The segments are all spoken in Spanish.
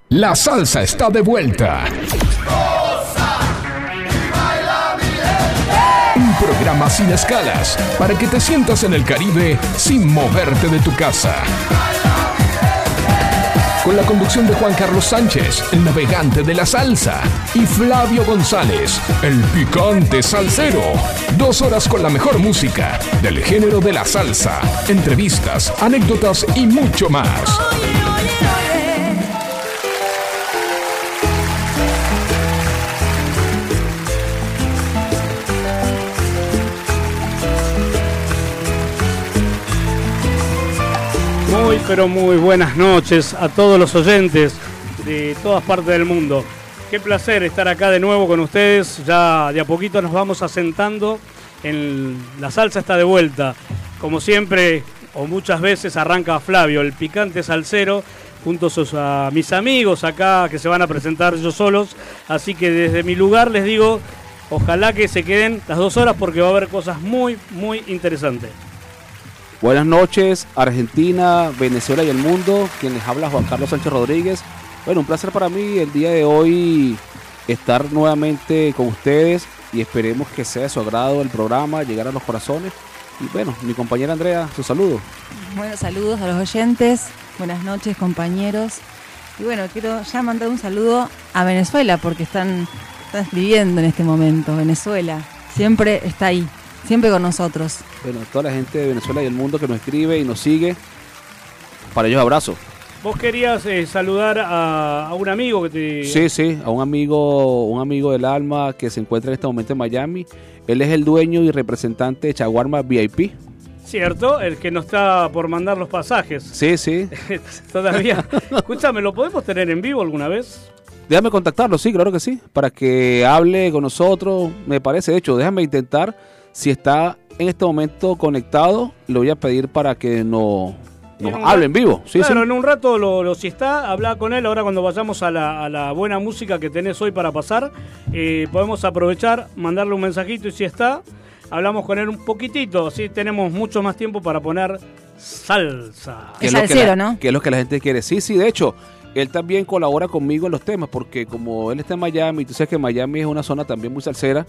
La salsa está de vuelta. Un programa sin escalas para que te sientas en el Caribe sin moverte de tu casa. Con la conducción de Juan Carlos Sánchez, el navegante de la salsa, y Flavio González, el picante salsero. 2 horas con la mejor música del género de la salsa, entrevistas, anécdotas y mucho más. Pero muy buenas noches a todos los oyentes de todas partes del mundo. Qué placer estar acá de nuevo con ustedes. Ya de a poquito nos vamos asentando en la salsa está de vuelta. Como siempre, o muchas veces, arranca Flavio, el picante salsero, junto a mis amigos acá que se van a presentar ellos solos. Así que desde mi lugar les digo, ojalá que se queden las 2 horas porque va a haber cosas muy, muy interesantes. Buenas noches, Argentina, Venezuela y el mundo. Quien les habla, Juan Carlos Sánchez Rodríguez. Bueno, un placer para mí el día de hoy estar nuevamente con ustedes y esperemos que sea de su agrado el programa, llegar a los corazones. Y bueno, mi compañera Andrea, su saludo. Bueno, saludos a los oyentes. Buenas noches, compañeros. Y bueno, quiero ya mandar un saludo a Venezuela porque están escribiendo en este momento. Venezuela siempre está ahí. Siempre con nosotros. Bueno, toda la gente de Venezuela y el mundo que nos escribe y nos sigue, para ellos abrazo. Vos querías saludar a un amigo que te... Sí, a un amigo del alma que se encuentra en este momento en Miami. Él es el dueño y representante de Chaguarma VIP. Cierto, el que nos está por mandar los pasajes. Sí. Todavía. Escúchame, ¿lo podemos tener en vivo alguna vez? Déjame contactarlo, sí, claro que sí, para que hable con nosotros, me parece. De hecho, déjame intentar. Si está en este momento conectado, le voy a pedir para que nos hable en vivo. Sí, claro, sí. En un rato, si está, habla con él. Ahora cuando vayamos a la buena música que tenés hoy para pasar, podemos aprovechar, mandarle un mensajito y si está, hablamos con él un poquitito. Así tenemos mucho más tiempo para poner salsa. Es salsero, ¿no? Que es lo que la gente quiere. Sí, de hecho, él también colabora conmigo en los temas, porque como él está en Miami, tú sabes que Miami es una zona también muy salsera,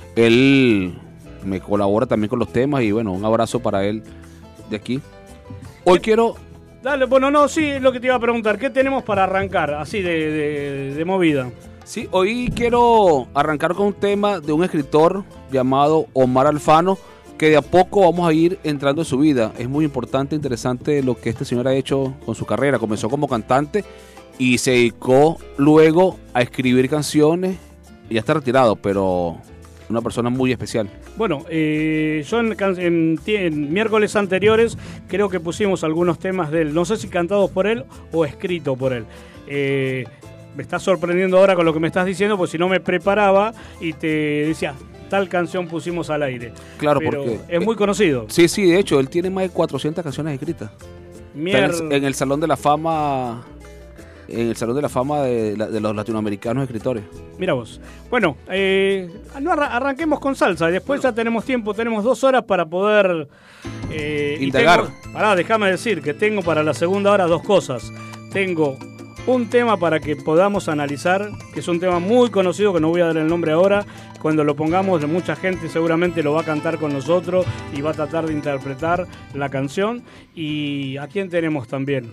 él me colabora también con los temas y bueno, un abrazo para él de aquí. Hoy quiero... Dale, bueno, no, sí, es lo que te iba a preguntar. ¿Qué tenemos para arrancar así de movida? Sí, hoy quiero arrancar con un tema de un escritor llamado Omar Alfano, que de a poco vamos a ir entrando en su vida. Es muy importante, interesante lo que este señor ha hecho con su carrera. Comenzó como cantante y se dedicó luego a escribir canciones. Ya está retirado, pero una persona muy especial. Bueno, yo en miércoles anteriores creo que pusimos algunos temas de él. No sé si cantados por él o escritos por él. Me estás sorprendiendo ahora con lo que me estás diciendo, porque si no me preparaba y te decía, tal canción pusimos al aire. Claro, pero porque es muy conocido. Sí, de hecho, él tiene más de 400 canciones escritas. En el Salón de la Fama... En el Salón de la Fama de los latinoamericanos escritores. Mira vos. Bueno, arranquemos con salsa. Después ya tenemos tiempo, tenemos 2 horas para poder... indagar. Déjame decir que tengo para la segunda hora 2 cosas. Tengo un tema para que podamos analizar, que es un tema muy conocido, que no voy a dar el nombre ahora. Cuando lo pongamos, mucha gente seguramente lo va a cantar con nosotros y va a tratar de interpretar la canción. ¿Y a quién tenemos también?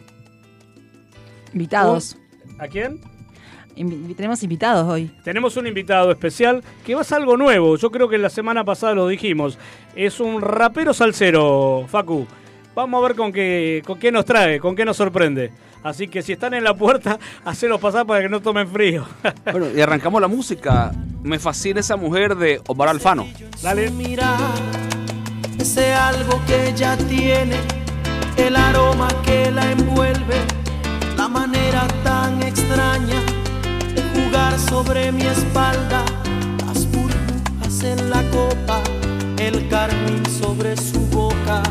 Invitados. ¿A quién? Tenemos invitados hoy. Tenemos un invitado especial que va a ser algo nuevo. Yo creo que la semana pasada lo dijimos. Es un rapero salsero, Facu. Vamos a ver con qué nos trae, con qué nos sorprende. Así que si están en la puerta, hacelos pasar para que no tomen frío. Bueno, y arrancamos la música. Me fascina esa mujer de Omar Alfano. Dale. Mira, ese algo que ella tiene, el aroma que la envuelve, la manera tan extraña de jugar sobre mi espalda, las burbujas en la copa, el carmín sobre su boca.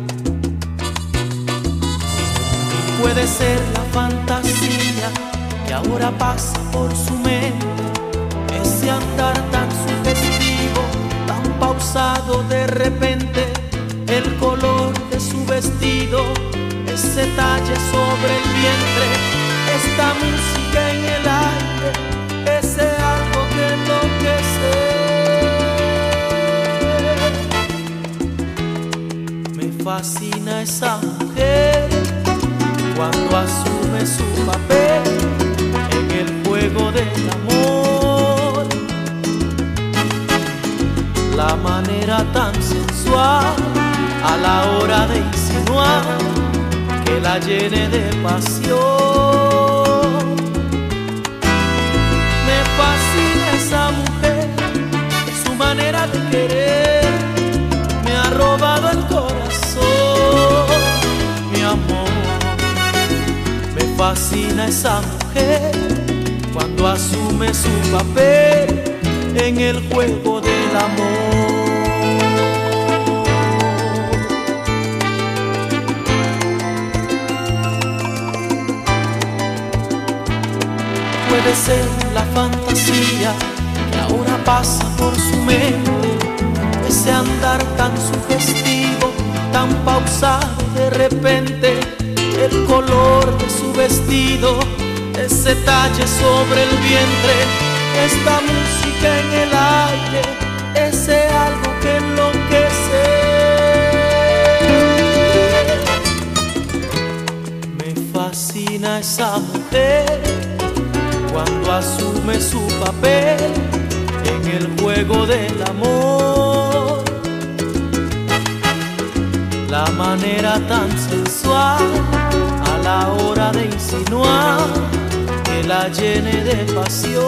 Puede ser la fantasía que ahora pasa por su mente, ese andar tan sugestivo, tan pausado de repente, el color de su vestido, ese talle sobre el vientre, esta música esa mujer cuando asume su papel en el juego del amor. La manera tan sensual a la hora de insinuar que la llene de pasión. Me fascina esa mujer, su manera de querer me ha robado el corazón, mi amor. Me fascina esa mujer cuando asume su papel en el juego del amor. Puede ser la fantasía que ahora pasa por su mente, ese andar tan sugestivo, tan pausado de repente, el color de su vestido, ese talle sobre el vientre, esta música en el aire, ese algo que enloquece. Me fascina esa mujer cuando asume su papel en el juego del amor. La manera tan sensual a la hora de insinuar que la llene de pasión.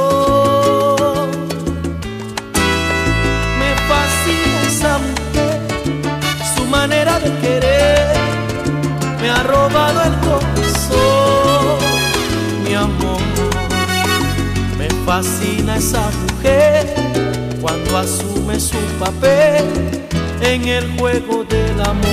Me fascina esa mujer, su manera de querer me ha robado el corazón, mi amor. Me fascina esa mujer cuando asume su papel en el juego del amor.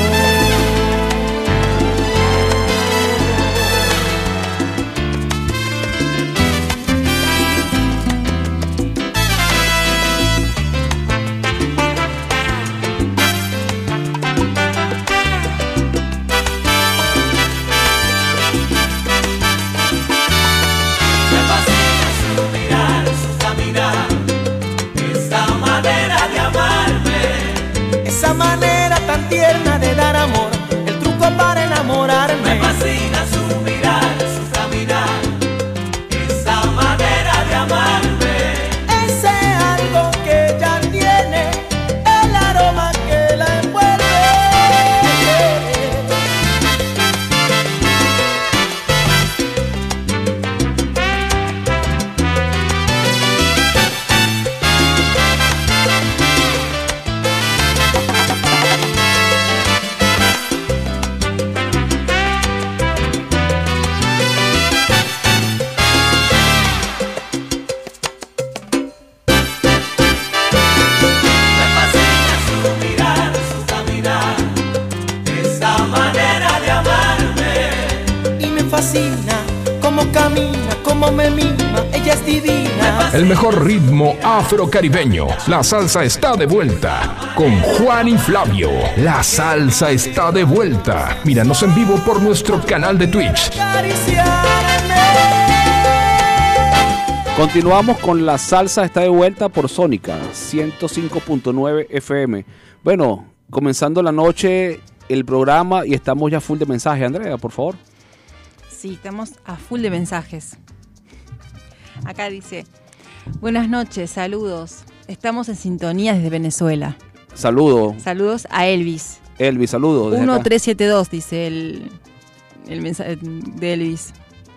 Manera tan tierna de dar amor, el truco para enamorarme. Me fascina su mirar, su caminar, esa manera de amarme. Ese algo que ella tiene, el aroma que la envuelve. Cómo camina, cómo me mima, ella es divina. El mejor ritmo afrocaribeño. La salsa está de vuelta. Con Juan y Flavio. La salsa está de vuelta. Míranos en vivo por nuestro canal de Twitch. Continuamos con La salsa está de vuelta por Sónica 105.9 FM. Bueno, comenzando la noche el programa y estamos ya full de mensajes. Andrea, por favor. Sí, estamos a full de mensajes. Acá dice: buenas noches, saludos. Estamos en sintonía desde Venezuela. Saludos. Saludos a Elvis. Elvis, saludos. 1372 dice el mensaje de Elvis.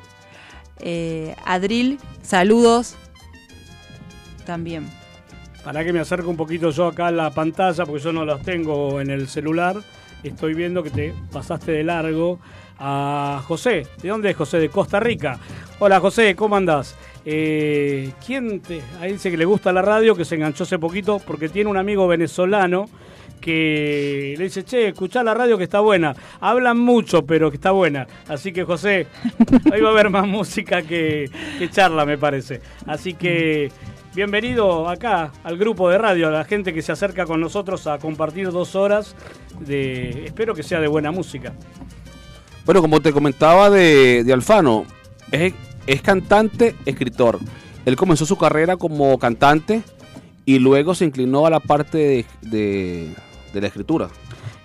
Adril, saludos. También. Para que me acerque un poquito yo acá a la pantalla, porque yo no los tengo en el celular. Estoy viendo que te pasaste de largo a José. ¿De dónde es José? De Costa Rica. Hola José, ¿cómo andás? Ahí dice que le gusta la radio, que se enganchó hace poquito porque tiene un amigo venezolano que le dice: che, escuchá la radio que está buena. Hablan mucho, pero que está buena. Así que José, hoy va a haber más música que charla, me parece. Así que bienvenido acá al grupo de radio, a la gente que se acerca con nosotros a compartir 2 horas espero que sea de buena música. Bueno, como te comentaba de Alfano, es cantante, escritor. Él comenzó su carrera como cantante y luego se inclinó a la parte de la escritura.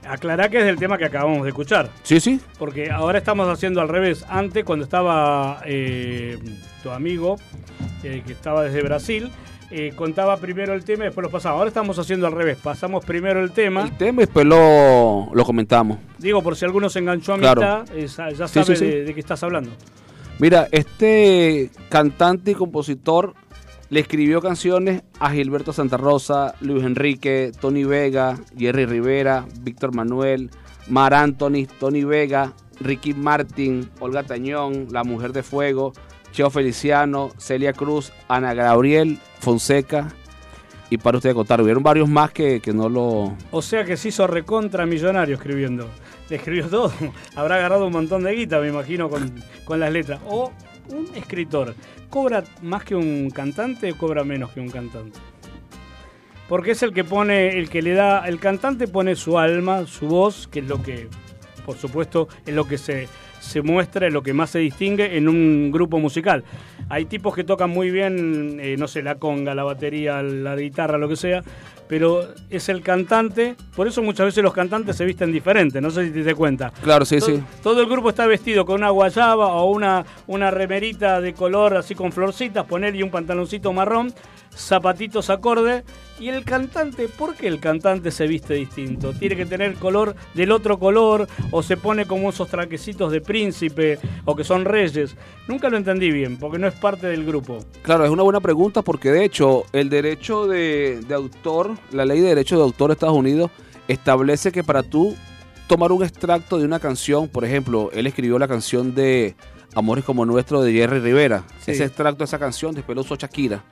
Aclará que es del tema que acabamos de escuchar. Sí. Porque ahora estamos haciendo al revés. Antes, cuando estaba tu amigo, que estaba desde Brasil, contaba primero el tema y después lo pasaba. Ahora estamos haciendo al revés. Pasamos primero el tema. El tema y después lo comentamos. Digo, por si alguno se enganchó a Claro. mitad, ya sabe Sí. de qué estás hablando. Mira, este cantante y compositor le escribió canciones a Gilberto Santa Rosa, Luis Enrique, Tony Vega, Jerry Rivera, Víctor Manuel, Mar Anthony, Tony Vega, Ricky Martin, Olga Tañón, La Mujer de Fuego, Cheo Feliciano, Celia Cruz, Ana Gabriel, Fonseca, y para ustedes contar, hubieron varios más que no lo... O sea que se hizo recontra millonario escribiendo. Le escribió todo. Habrá agarrado un montón de guita, me imagino, con las letras. O un escritor, ¿cobra más que un cantante o cobra menos que un cantante? Porque es el que pone, el que le da, el cantante pone su alma, su voz, que es lo que, por supuesto, es lo que se muestra, es lo que más se distingue en un grupo musical. Hay tipos que tocan muy bien, no sé, la conga, la batería, la guitarra, lo que sea, pero es el cantante, por eso muchas veces los cantantes se visten diferentes, no sé si te das cuenta. Claro, sí. Todo el grupo está vestido con una guayaba o una remerita de color así con florcitas, ponerle un pantaloncito marrón, zapatitos acorde. Y el cantante, ¿por qué el cantante se viste distinto? ¿Tiene que tener color del otro color? ¿O se pone como esos traquecitos de príncipe? ¿O que son reyes? Nunca lo entendí bien, porque no es parte del grupo. Claro, es una buena pregunta porque de hecho el derecho de autor, la ley de derecho de autor de Estados Unidos establece que para tú tomar un extracto de una canción, por ejemplo, él escribió la canción de Amores como Nuestro de Jerry Rivera. Sí. Ese extracto de esa canción después lo usó Shakira.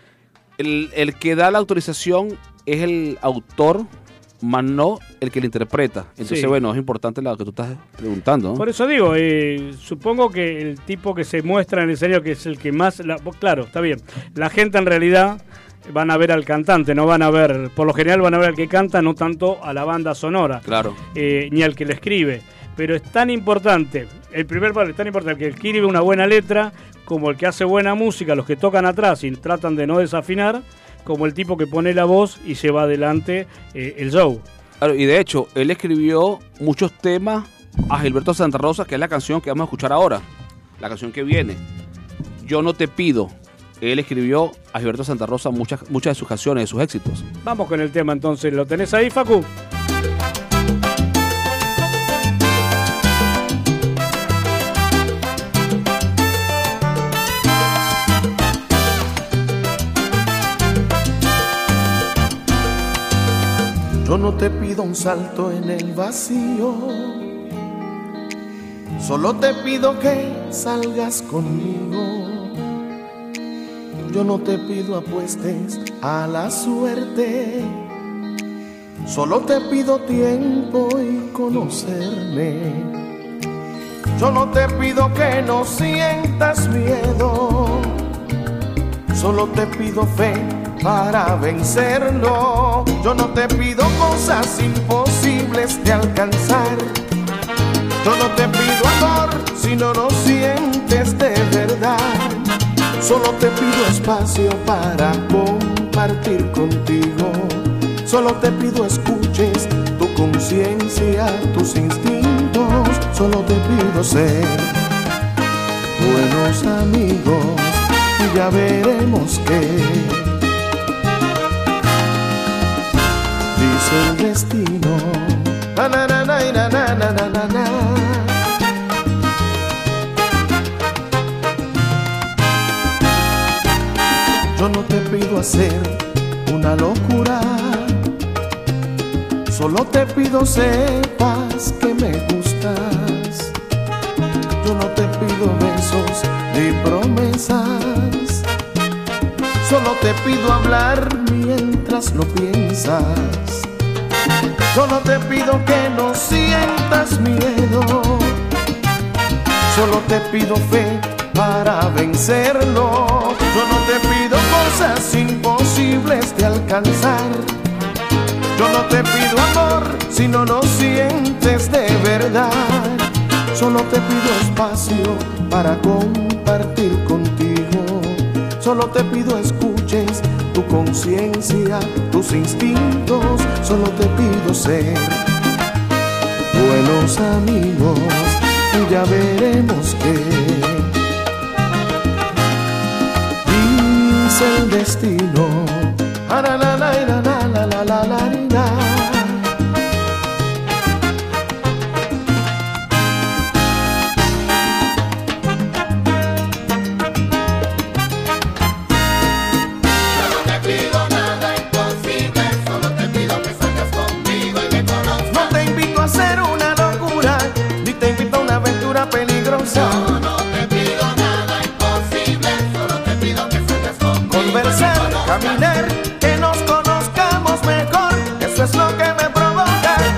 El que da la autorización es el autor, más no el que le interpreta. Entonces, Sí. bueno, es importante lo que tú estás preguntando, ¿no? Por eso digo, supongo que el tipo que se muestra en el escenario, que es el que más... claro, está bien. La gente en realidad van a ver al cantante, no van a ver... Por lo general van a ver al que canta, no tanto a la banda sonora. Claro. Ni al que le escribe. Pero es tan importante, el primer paso es tan importante el que escribe una buena letra, como el que hace buena música, los que tocan atrás y tratan de no desafinar, como el tipo que pone la voz y lleva adelante el show. Claro, y de hecho, él escribió muchos temas a Gilberto Santa Rosa, que es la canción que vamos a escuchar ahora, la canción que viene. Yo no te pido. Él escribió a Gilberto Santa Rosa muchas de sus canciones, de sus éxitos. Vamos con el tema entonces, ¿lo tenés ahí, Facu? Yo no te pido un salto en el vacío, solo te pido que salgas conmigo. Yo no te pido apuestes a la suerte, solo te pido tiempo y conocerme. Yo no te pido que no sientas miedo, solo te pido fe para vencerlo. Yo no te pido cosas imposibles de alcanzar. Yo no te pido amor si no lo sientes de verdad. Solo te pido espacio para compartir contigo. Solo te pido escuches tu conciencia, tus instintos. Solo te pido ser buenos amigos y ya veremos qué dice el destino. Na, na, na, na, na, na, na, na, na. Yo no te pido hacer una locura, solo te pido sepas que me gustas. Yo no te pido besos ni promesas, solo te pido hablar mientras lo piensas. Yo no te pido que no sientas miedo, solo te pido fe para vencerlo. Yo no te pido cosas imposibles de alcanzar. Yo no te pido amor si no lo sientes de verdad. Solo te pido espacio para compartir contigo. Solo te pido escuches tu conciencia, tus instintos. Solo te pido ser buenos amigos, y ya veremos qué dice el destino. Peligrosa. No te pido nada imposible, solo te pido que salgas conmigo. Conversar, caminar, que nos conozcamos mejor, eso es lo que me provoca.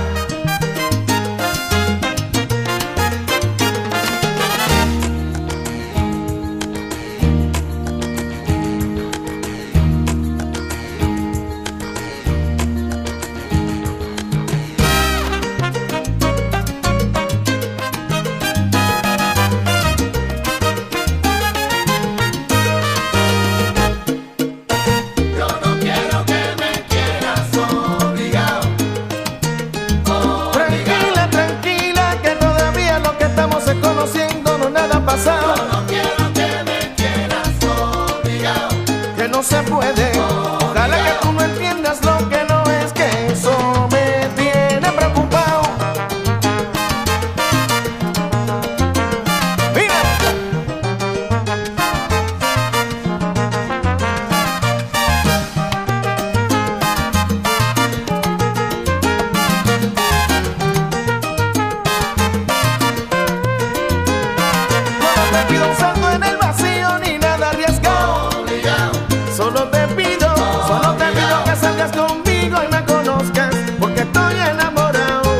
No se puede, ojalá que tú no entiendas lo que no es, que eso me tiene preocupado. Mira. No te pido un salto en el vacío ni nada arriesgado. Solo te pido que salgas conmigo y me conozcas, porque estoy enamorado,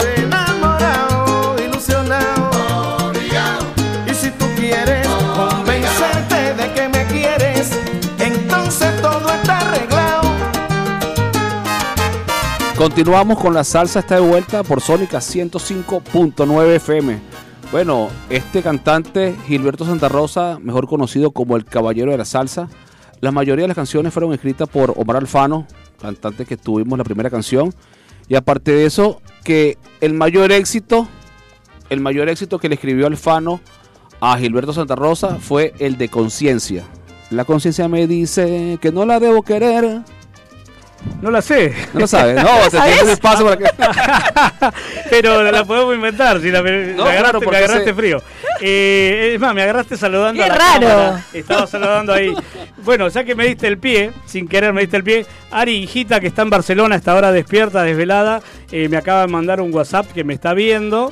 ilusionado. Y si tú quieres convencerte de que me quieres, entonces todo está arreglado. Continuamos con la salsa, está de vuelta por Sónica 105.9 FM. Bueno, este cantante Gilberto Santa Rosa, mejor conocido como el Caballero de la Salsa, la mayoría de las canciones fueron escritas por Omar Alfano, cantante que tuvimos la primera canción, y aparte de eso, que el mayor éxito que le escribió Alfano a Gilberto Santa Rosa fue el de Conciencia. La conciencia me dice que no la debo querer. No la sé. No lo sabes, no, te tienes espacio para que... Pero la podemos inventar, si No, me claro, porque agarraste frío. Es más, me agarraste saludando. ¡Qué a la raro! cámara. Estaba saludando ahí. Bueno, ya que me diste el pie, sin querer me diste el pie, Ari, hijita, que está en Barcelona, hasta ahora despierta, desvelada, me acaba de mandar un WhatsApp que me está viendo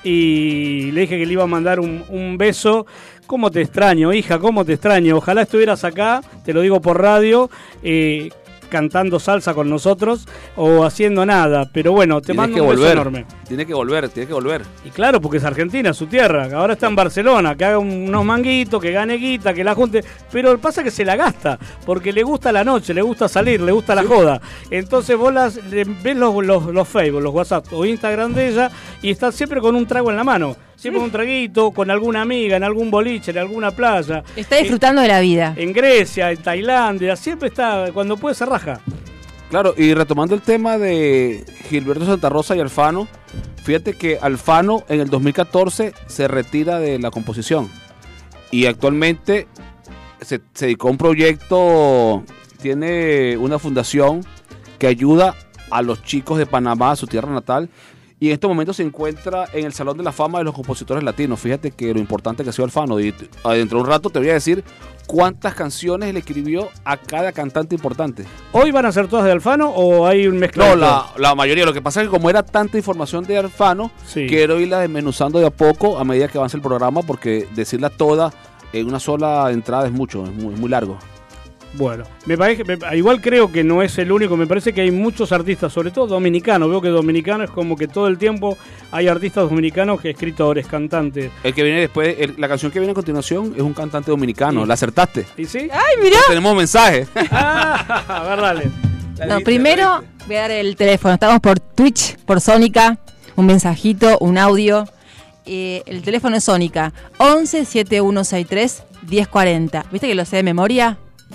y le dije que le iba a mandar un beso. ¿Cómo te extraño, hija? ¿Cómo te extraño? Ojalá estuvieras acá, te lo digo por radio, cantando salsa con nosotros o haciendo nada, pero bueno, te mando un beso enorme. Tienes que volver. Y claro, porque es Argentina, su tierra, ahora está en Barcelona, que haga unos manguitos, que gane guita, que la junte, pero pasa que se la gasta, porque le gusta la noche, le gusta salir, le gusta la joda. Entonces vos ves los Facebook, los WhatsApp o Instagram de ella y está siempre con un trago en la mano. Siempre un traguito, con alguna amiga, en algún boliche, en alguna playa. Está disfrutando de la vida. En Grecia, en Tailandia, siempre está, cuando puede se raja. Claro, y retomando el tema de Gilberto Santa Rosa y Alfano, fíjate que Alfano en el 2014 se retira de la composición y actualmente se dedicó a un proyecto, tiene una fundación que ayuda a los chicos de Panamá, su tierra natal, y en este momento se encuentra en el Salón de la Fama de los Compositores Latinos. Fíjate que lo importante que ha sido Alfano, y dentro de un rato te voy a decir cuántas canciones le escribió a cada cantante importante. ¿Hoy van a ser todas de Alfano o hay un mezclado? No, la mayoría. Lo que pasa es que como era tanta información de Alfano, sí, quiero irla desmenuzando de a poco a medida que avance el programa, porque decirla toda en una sola entrada es mucho, es muy largo. Bueno, me parece igual creo que no es el único, me parece que hay muchos artistas, sobre todo dominicanos. Veo que dominicano es como que todo el tiempo hay artistas dominicanos, que escritores, cantantes. El que viene después, la canción que viene a continuación es un cantante dominicano. ¿La acertaste? ¿Y sí? ¡Ay, mirá! Tenemos mensajes. A ver, dale. No, primero voy a dar el teléfono. Estamos por Twitch, por Sónica. Un mensajito, un audio. El teléfono es Sónica 11 7163 1040. ¿Viste que lo sé de memoria?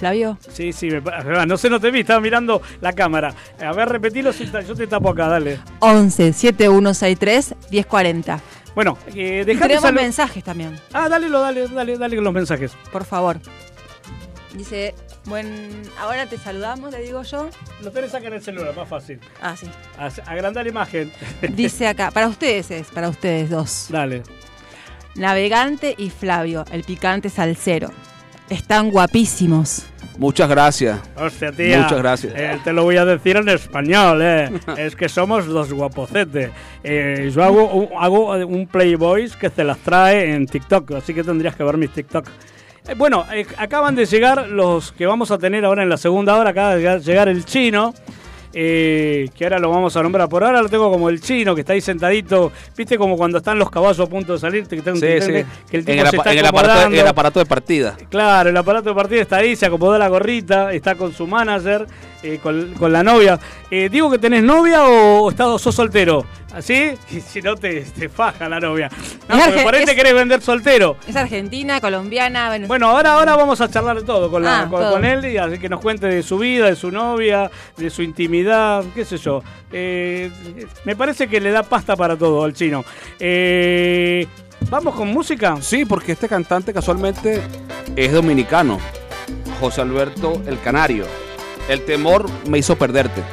Flavio. Sí, no sé, no te vi, estaba mirando la cámara. A ver, repetilo, yo te tapo acá, dale. 11 7163 1040. Bueno, Y tenemos mensajes también, dale con los mensajes. por favor. Dice, ahora te saludamos, le digo yo. Lo tenés acá en el celular, más fácil. Ah, sí. Agrandar la imagen. Dice acá, para ustedes dos. Dale. Navegante y Flavio, el picante salsero. Están guapísimos. Muchas gracias. Hostia, tía. Muchas gracias. Te lo voy a decir en español, Es que somos los guapocetes. Yo hago un Playboy que se las trae en TikTok, así que tendrías que ver mis TikTok. Bueno, acaban de llegar los que vamos a tener ahora en la segunda hora. Acaba de llegar el Chino, que ahora lo vamos a nombrar. Por ahora lo tengo como el Chino, que está ahí sentadito. ¿Viste como cuando están los caballos a punto de salir? Que el tipo se está acomodando. En el aparato de partida. Claro, el aparato de partida está ahí, se acomodó la gorrita, está con su manager, con la novia. ¿Digo que tenés novia o sos soltero? ¿Así? Y si no te faja la novia. No, porque por ahí te querés vender soltero. Es argentina, colombiana, venezolana. Bueno, ahora vamos a charlar de todo con todo. él, y así que nos cuente de su vida, de su novia, de su intimidad, qué sé yo. Me parece que le da pasta para todo al Chino. ¿Vamos con música? Sí, porque este cantante casualmente es dominicano. José Alberto el Canario. El temor me hizo perderte.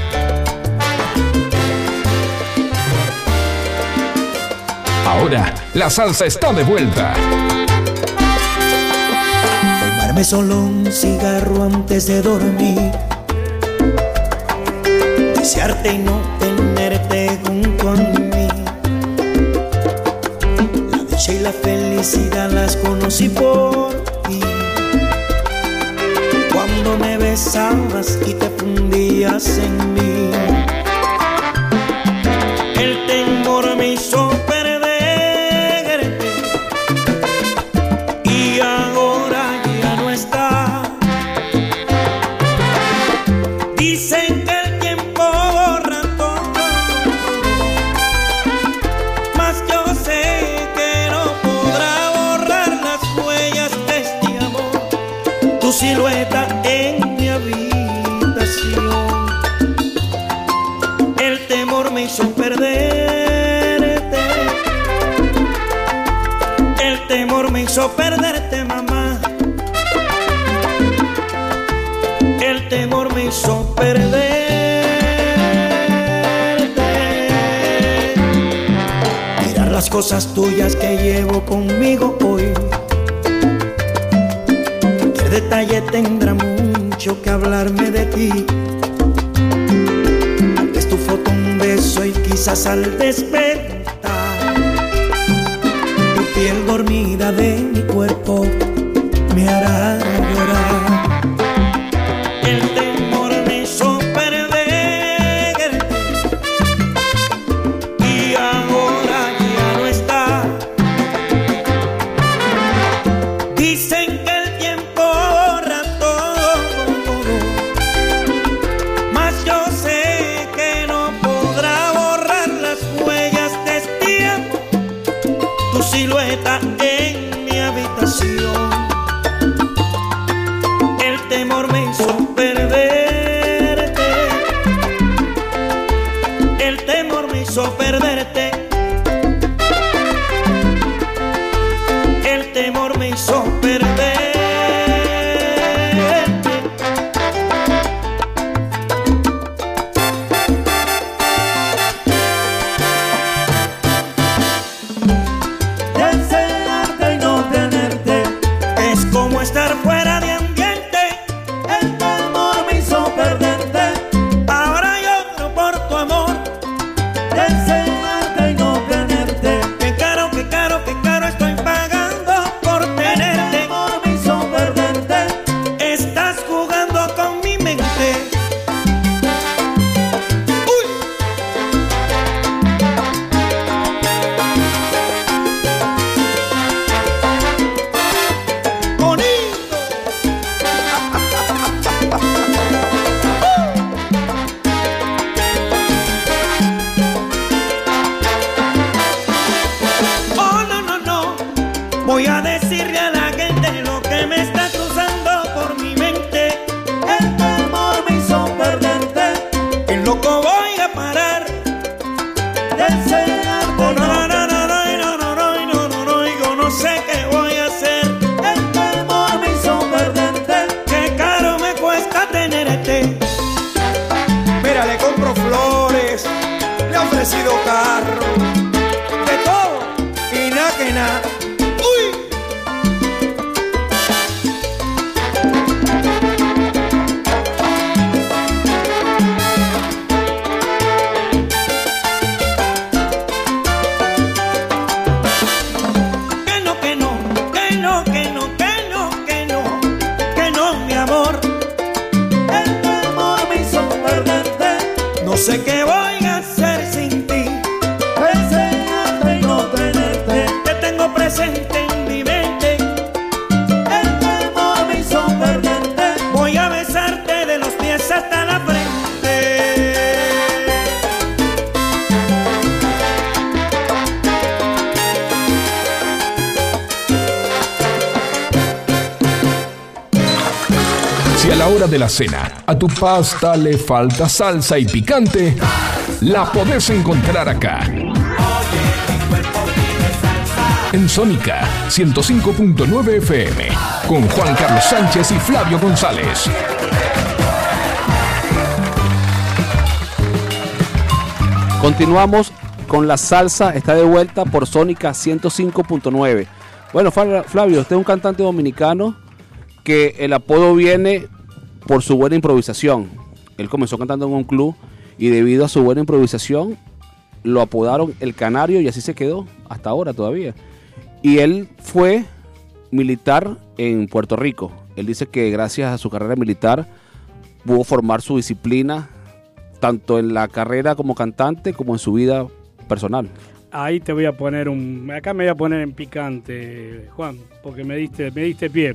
Ahora, la salsa está de vuelta. Fumarme solo un cigarro antes de dormir, desearte y no tenerte junto a mí. La dicha y la felicidad las conocí por ti, cuando me besabas y te fundías en mí. El temor me hizo perderte y ahora ya no está. Dicen que el tiempo borra todo, mas yo sé que no podrá borrar las huellas de este amor, tu silueta en mi habitación. El temor me hizo perderte, el temor me hizo perderte, mamá. El temor me hizo perderte. Mirar las cosas tuyas que llevo conmigo hoy, cualquier detalle tendrá mucho que hablarme de ti. Tu foto, un beso y quizás al despertar tu piel dormida de mi cuerpo me hará llorar. El temor me hizo perderte y ahora ya no está. Dicen que el tiempo borra todo, mas yo sé que no podrá borrar las huellas de este tiempo, tu silueta en mi habitación. El temor me hizo perderte, el temor me hizo perderte, el temor me hizo perderte. Desearte y no tenerte es como estar fuera de ambiente. El temor me hizo perderte, ahora lloro por tu amor. Desearte y no tenerte, qué caro, qué caro, qué caro estoy pagando por tenerte. El temor me hizo perderte, estás jugando con mi mente. Bonito. ofrecido carro, de todo y nada que nada. No sé qué voy a hacer sin ti, desearte y no tenerte. Te tengo presente en mi mente, el temor me hizo perderte. Voy a besarte de los pies hasta la frente. Si a la hora de la cena a tu pasta le falta salsa y picante, la podés encontrar acá. En Sónica 105.9 FM, con Juan Carlos Sánchez y Flavio González. Continuamos con la salsa, está de vuelta por Sónica 105.9. Bueno, Flavio, usted es un cantante dominicano que el apodo viene por su buena improvisación. Él comenzó cantando en un club y debido a su buena improvisación lo apodaron El Canario y así se quedó hasta ahora todavía. Y él fue militar en Puerto Rico. Él dice que gracias a su carrera militar pudo formar su disciplina tanto en la carrera como cantante como en su vida personal. Ahí te voy a poner acá me voy a poner en picante, Juan, porque me diste pie.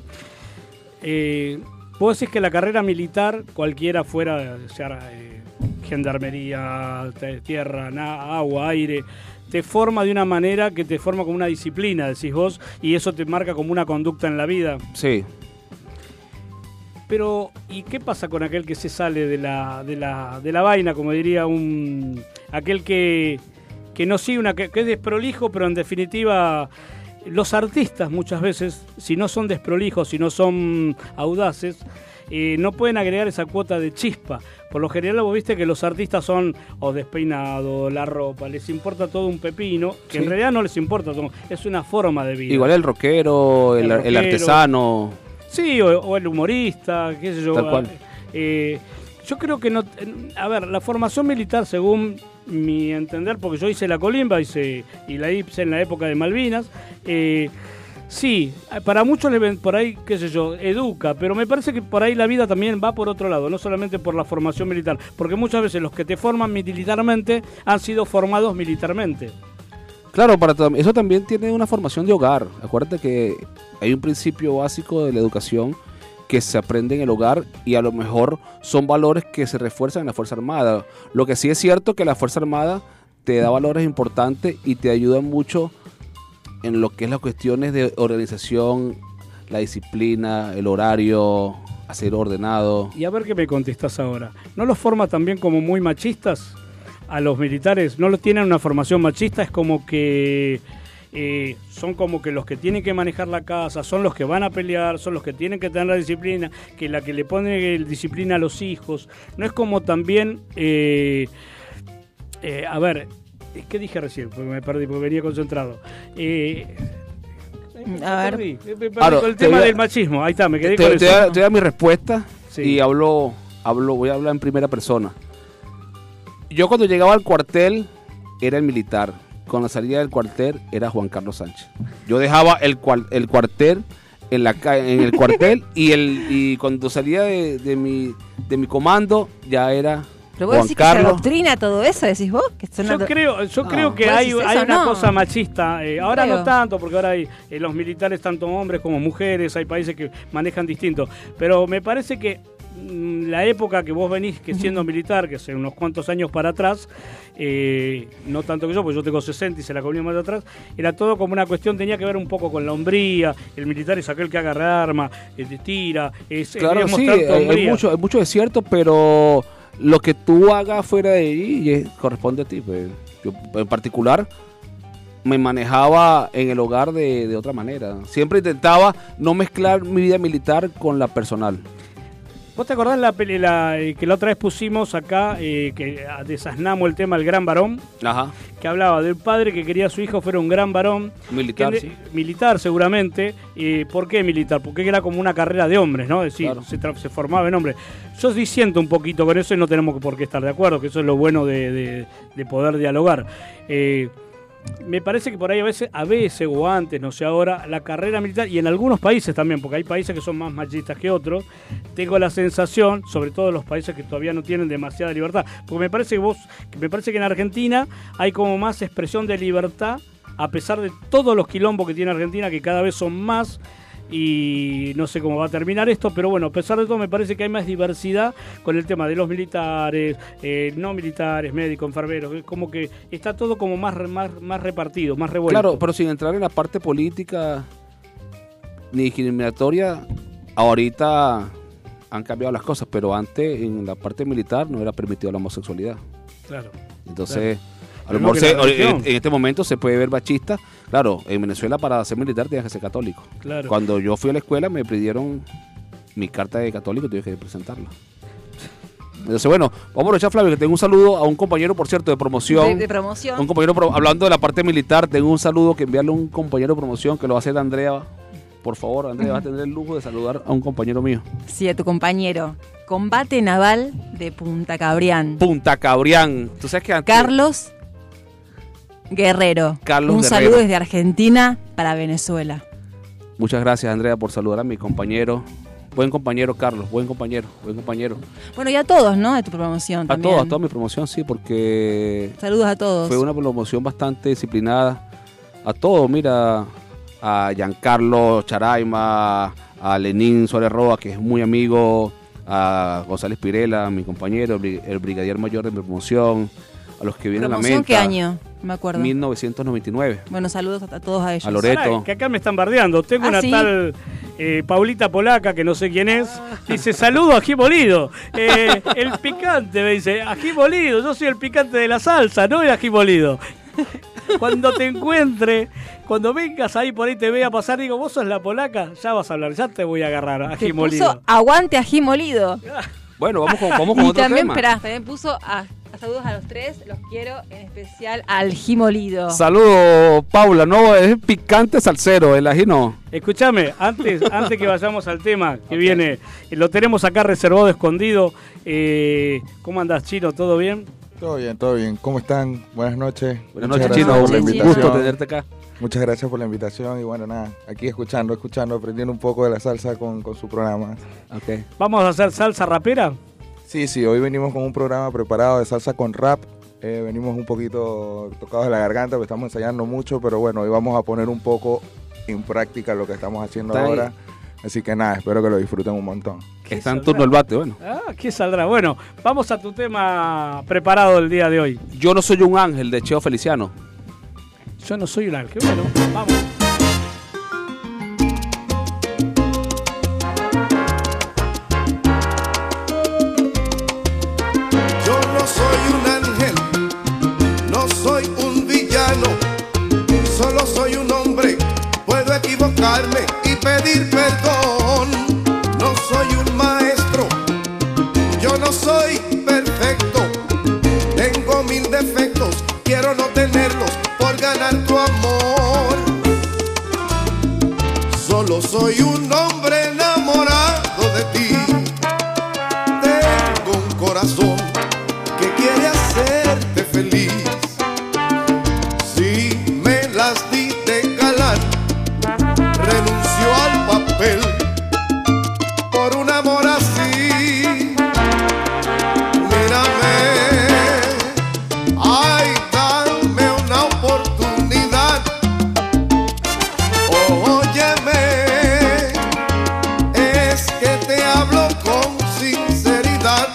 Vos decís que la carrera militar, cualquiera fuera, sea gendarmería, tierra, agua, aire, te forma de una manera que te forma como una disciplina, decís vos, y eso te marca como una conducta en la vida. Sí. Pero, ¿y qué pasa con aquel que se sale de la vaina, como diría aquel que no sigue que es desprolijo, pero en definitiva los artistas muchas veces, si no son desprolijos, si no son audaces, no pueden agregar esa cuota de chispa. Por lo general vos viste que los artistas son despeinados, la ropa, les importa todo un pepino, que sí. En realidad no les importa todo, es una forma de vida. Igual el rockero, el artesano. Sí, o el humorista, qué sé yo. Tal cual. Yo creo que no. A ver, la formación militar, según mi entender, porque yo hice la colimba y la hice en la época de Malvinas. Sí, para muchos le ven por ahí, qué sé yo, educa, pero me parece que por ahí la vida también va por otro lado, no solamente por la formación militar, porque muchas veces los que te forman militarmente han sido formados militarmente. Claro, eso también tiene una formación de hogar. Acuérdate que hay un principio básico de la educación que se aprende en el hogar y a lo mejor son valores que se refuerzan en la Fuerza Armada. Lo que sí es cierto que la Fuerza Armada te da valores importantes y te ayuda mucho en lo que es las cuestiones de organización, la disciplina, el horario, hacer ordenado. Y a ver qué me contestás ahora. ¿No los forma también como muy machistas a los militares? ¿No los tienen una formación machista? Es como que son como que los que tienen que manejar la casa, son los que van a pelear, son los que tienen que tener la disciplina, que la que le pone disciplina a los hijos. No es como también... a ver, ¿qué dije recién? Porque me perdí, porque venía concentrado. A ver. Me perdí con el tema del machismo. Ahí está, me quedé con eso. Te voy a dar mi respuesta Sí. y voy a hablar en primera persona. Yo cuando llegaba al cuartel era el militar. Con la salida del cuartel era Juan Carlos Sánchez. Yo dejaba el cuartel en el cuartel y cuando salía de mi comando ya era Pero vos Juan decís Carlos. que se adoctrina todo eso, decís vos. Que Yo creo que ¿vos hay decís eso? una No. cosa machista. Ahora creo. no tanto, porque ahora hay los militares, tanto hombres como mujeres, hay países que manejan distinto. Pero me parece que la época que vos venís que siendo militar, que hace unos cuantos años para atrás, no tanto que yo, porque yo tengo 60 y se la comí más de atrás, era todo como una cuestión, tenía que ver un poco con la hombría. El militar es aquel que agarra arma, te tira, Claro, es sí, mostrar tu hay hombría. mucho de cierto, pero lo que tú hagas fuera de allí corresponde a ti. Pues. Yo en particular me manejaba en el hogar de otra manera. Siempre intentaba no mezclar mi vida militar con la personal. ¿Vos te acordás la que la otra vez pusimos acá, que desasnamos el tema del gran varón? Ajá. Que hablaba del padre que quería a su hijo fuera un gran varón. Militar, sí. Militar, seguramente. ¿Por qué militar? Porque era como una carrera de hombres, ¿no? Es decir, claro, se formaba en hombres. Yo disiento un poquito con eso y no tenemos por qué estar de acuerdo, que eso es lo bueno de poder dialogar. Me parece que por ahí a veces o antes, no sé ahora, la carrera militar, y en algunos países también, porque hay países que son más machistas que otros, tengo la sensación, sobre todo en los países que todavía no tienen demasiada libertad, porque me parece que en Argentina hay como más expresión de libertad, a pesar de todos los quilombos que tiene Argentina, que cada vez son más, y no sé cómo va a terminar esto, pero bueno, a pesar de todo me parece que hay más diversidad con el tema de los militares, no militares, médicos, enfermeros, como que está todo como más repartido, más revuelto. Claro, pero sin entrar en la parte política ni discriminatoria, ahorita han cambiado las cosas, pero antes en la parte militar no era permitida la homosexualidad. Claro. Entonces... Claro. A lo mejor en este momento se puede ver machista. Claro, en Venezuela para ser militar tienes que ser católico. Claro. Cuando yo fui a la escuela me pidieron mi carta de católico y tuve que presentarla. Entonces, bueno, vamos a aprovechar, Flavio, que tengo un saludo a un compañero, por cierto, de promoción. De promoción. Un compañero, hablando de la parte militar, tengo un saludo que enviarle a un compañero de promoción que lo va a hacer Andrea. Por favor, Andrea, vas a tener el lujo de saludar a un compañero mío. Sí, a tu compañero. Combate Naval de Punta Cabrián. Punta Cabrián. ¿Tú sabes que antes... Carlos Guerrero. Un saludo desde Argentina para Venezuela. Muchas gracias, Andrea, por saludar a mi compañero. Buen compañero, Carlos, buen compañero. Bueno, y a todos, ¿no? De tu promoción también. A toda mi promoción, sí, porque... Saludos a todos. Fue una promoción bastante disciplinada. A todos, mira, a Giancarlo Charaima, a Lenín Suárez Roa, que es muy amigo, a González Pirela, mi compañero, el brigadier mayor de mi promoción, a los que vienen a la mente. ¿Qué año? Me acuerdo. 1999. Bueno, saludos a todos a ellos. A Loreto. Que acá me están bardeando. Tengo una tal Paulita Polaca, que no sé quién es. Dice, saludo a ají molido. El picante, me dice, ají molido. Yo soy el picante de la salsa, no el ají molido. Cuando te encuentre, cuando vengas ahí por ahí te vea pasar, digo, vos sos la polaca, ya vas a hablar, ya te voy a agarrar, ají molido. Aguante ají molido. Bueno, vamos con otro tema. También puso saludos a los tres, los quiero, en especial al ají molido. Saludos, Paula, no, es picante salsero, el ají no. Escúchame, antes que vayamos al tema que viene, lo tenemos acá reservado, escondido. ¿Cómo andás, Chino? ¿Todo bien? Todo bien. ¿Cómo están? Buenas noches. Buenas noches, Chino. Un gusto tenerte acá. Muchas gracias por la invitación y bueno, nada, aquí escuchando, aprendiendo un poco de la salsa con su programa. Okay. ¿Vamos a hacer salsa rapera? Sí, hoy venimos con un programa preparado de salsa con rap. Venimos un poquito tocados de la garganta, porque estamos ensayando mucho, pero bueno, hoy vamos a poner un poco en práctica lo que estamos haciendo ahora. Así que nada, espero que lo disfruten un montón. Está en turno el bate, bueno. ¿Qué saldrá? Bueno, vamos a tu tema preparado el día de hoy. Yo no soy un ángel, de Cheo Feliciano. Yo no soy un ángel. Bueno, vamos. Yo no soy un ángel, no soy un villano, solo soy un hombre, puedo equivocarme y pedir perdón. No soy un maestro, yo no soy perfecto, tengo 1000 defectos, quiero no tenerlos por ganar tu amor. Solo soy un hombre enamorado de ti, tengo un corazón que quiere hacerte feliz. Si me las di de galán, renuncio al papel por un amor así. Mírame, ay, dame una oportunidad. Óyeme, es que te hablo con sinceridad.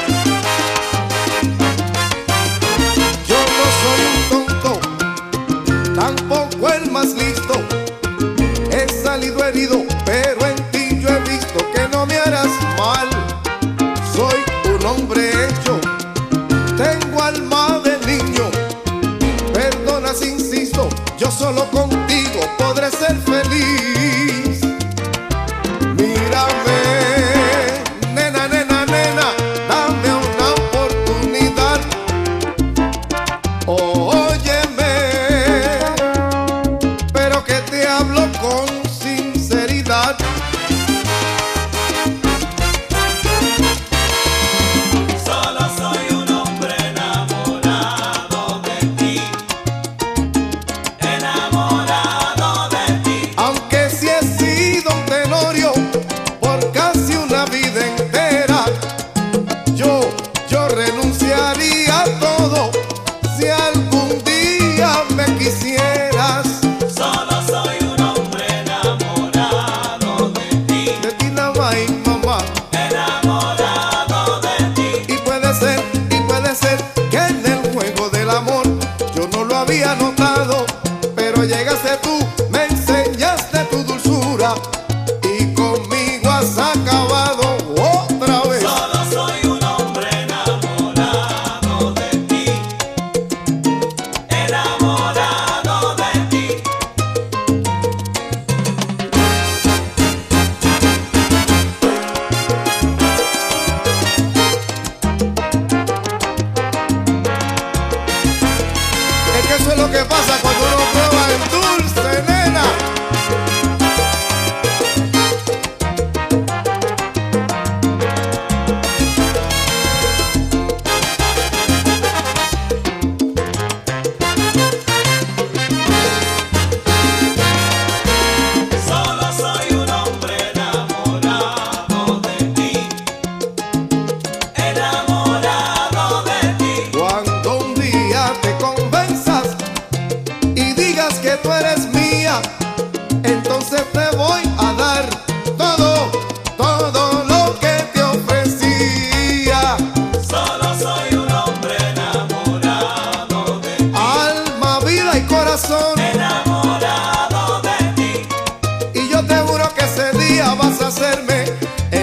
Yo no soy un tonto, tampoco el más listo. He salido herido, pero en ti yo he visto que no me harás mal. Soy un hombre hecho, tengo alma de niño. Perdona si insisto, yo solo contigo podré ser feliz. Mírame, nena,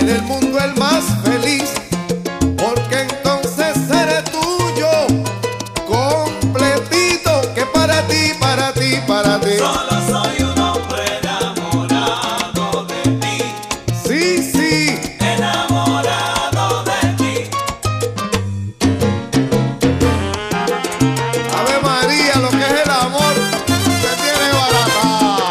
en el mundo el más feliz, porque entonces seré tuyo, completito, que para ti, para ti, para ti. Solo soy un hombre enamorado de ti. Sí, sí. Enamorado de ti. Ave María, lo que es el amor se tiene baratado.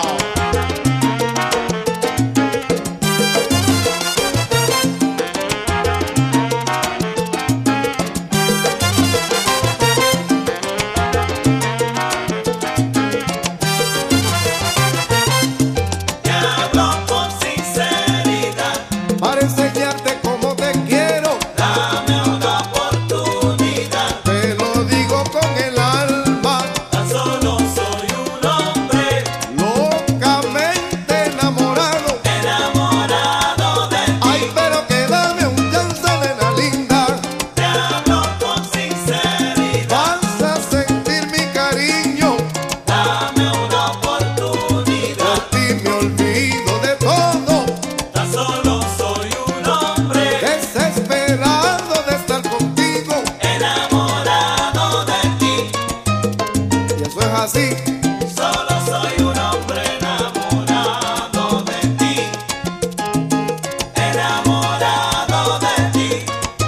Te hablo con sinceridad. Para enseñarte cómo te quiero, Dame una oportunidad. te lo digo con el alma, Tan solo soy un hombre locamente enamorado. enamorado de ti. Ay, pero que dame un chance, nena linda, Te hablo con sinceridad. vas a sentir mi cariño. Dame una oportunidad. Por ti me olvido de todo, Tan solo soy un hombre desesperado de estar contigo. enamorado de ti. Y eso es así. Solo soy un hombre enamorado de ti. Enamorado de ti.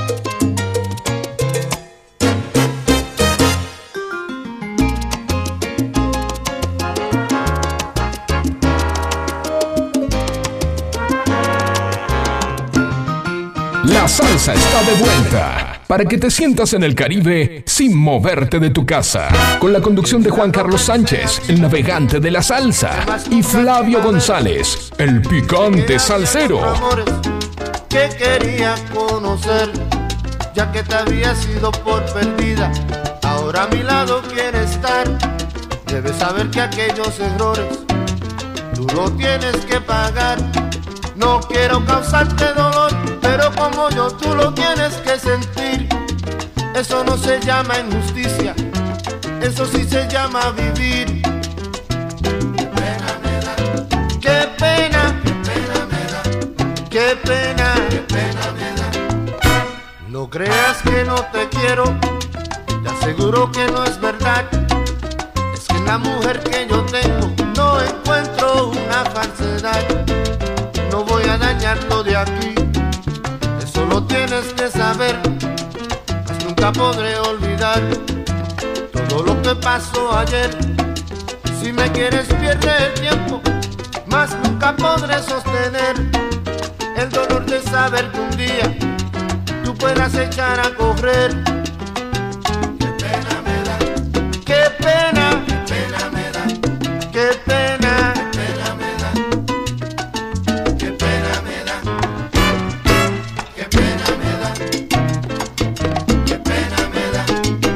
La salsa está de vuelta para que te sientas en el Caribe sin moverte de tu casa. Con la conducción de Juan Carlos Sánchez, el navegante de la salsa, y Flavio González, el picante salsero. Amores que quería conocer, ya que te había sido por perdida, ahora a mi lado quiere estar. Debes saber que aquellos errores tú lo tienes que pagar. No quiero causarte dolor, pero como yo tú lo tienes que sentir. Eso no se llama injusticia, eso sí se llama vivir. Qué pena me da, qué pena, qué pena, qué pena me da. No creas que no te quiero, te aseguro que no es verdad. Es que en la mujer que yo tengo no encuentro una falsedad. No voy a dañarlo de aquí, eso lo tienes que saber, pues nunca podré olvidar todo lo que pasó ayer. Si me quieres pierde el tiempo, mas nunca podré sostener el dolor de saber que un día tú puedas echar a correr. Qué pena me da, qué pena, qué pena me da, qué pena, qué pena me da. Qué pena me da, qué pena me da, qué pena me da,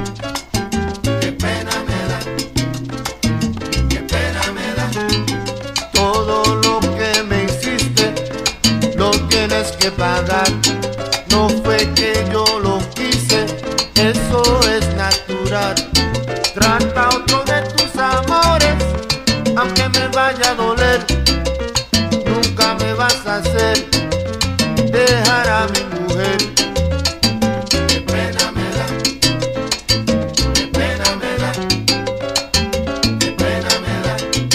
qué pena me da, qué pena me da. Todo lo que me hiciste lo tienes que pagar. No fue que yo lo quise, eso es natural. Trata otro de tus amores, aunque me vaya a doler. Nunca me vas a hacer dejar a mi mujer. Qué pena me da, qué pena me da, qué pena me da,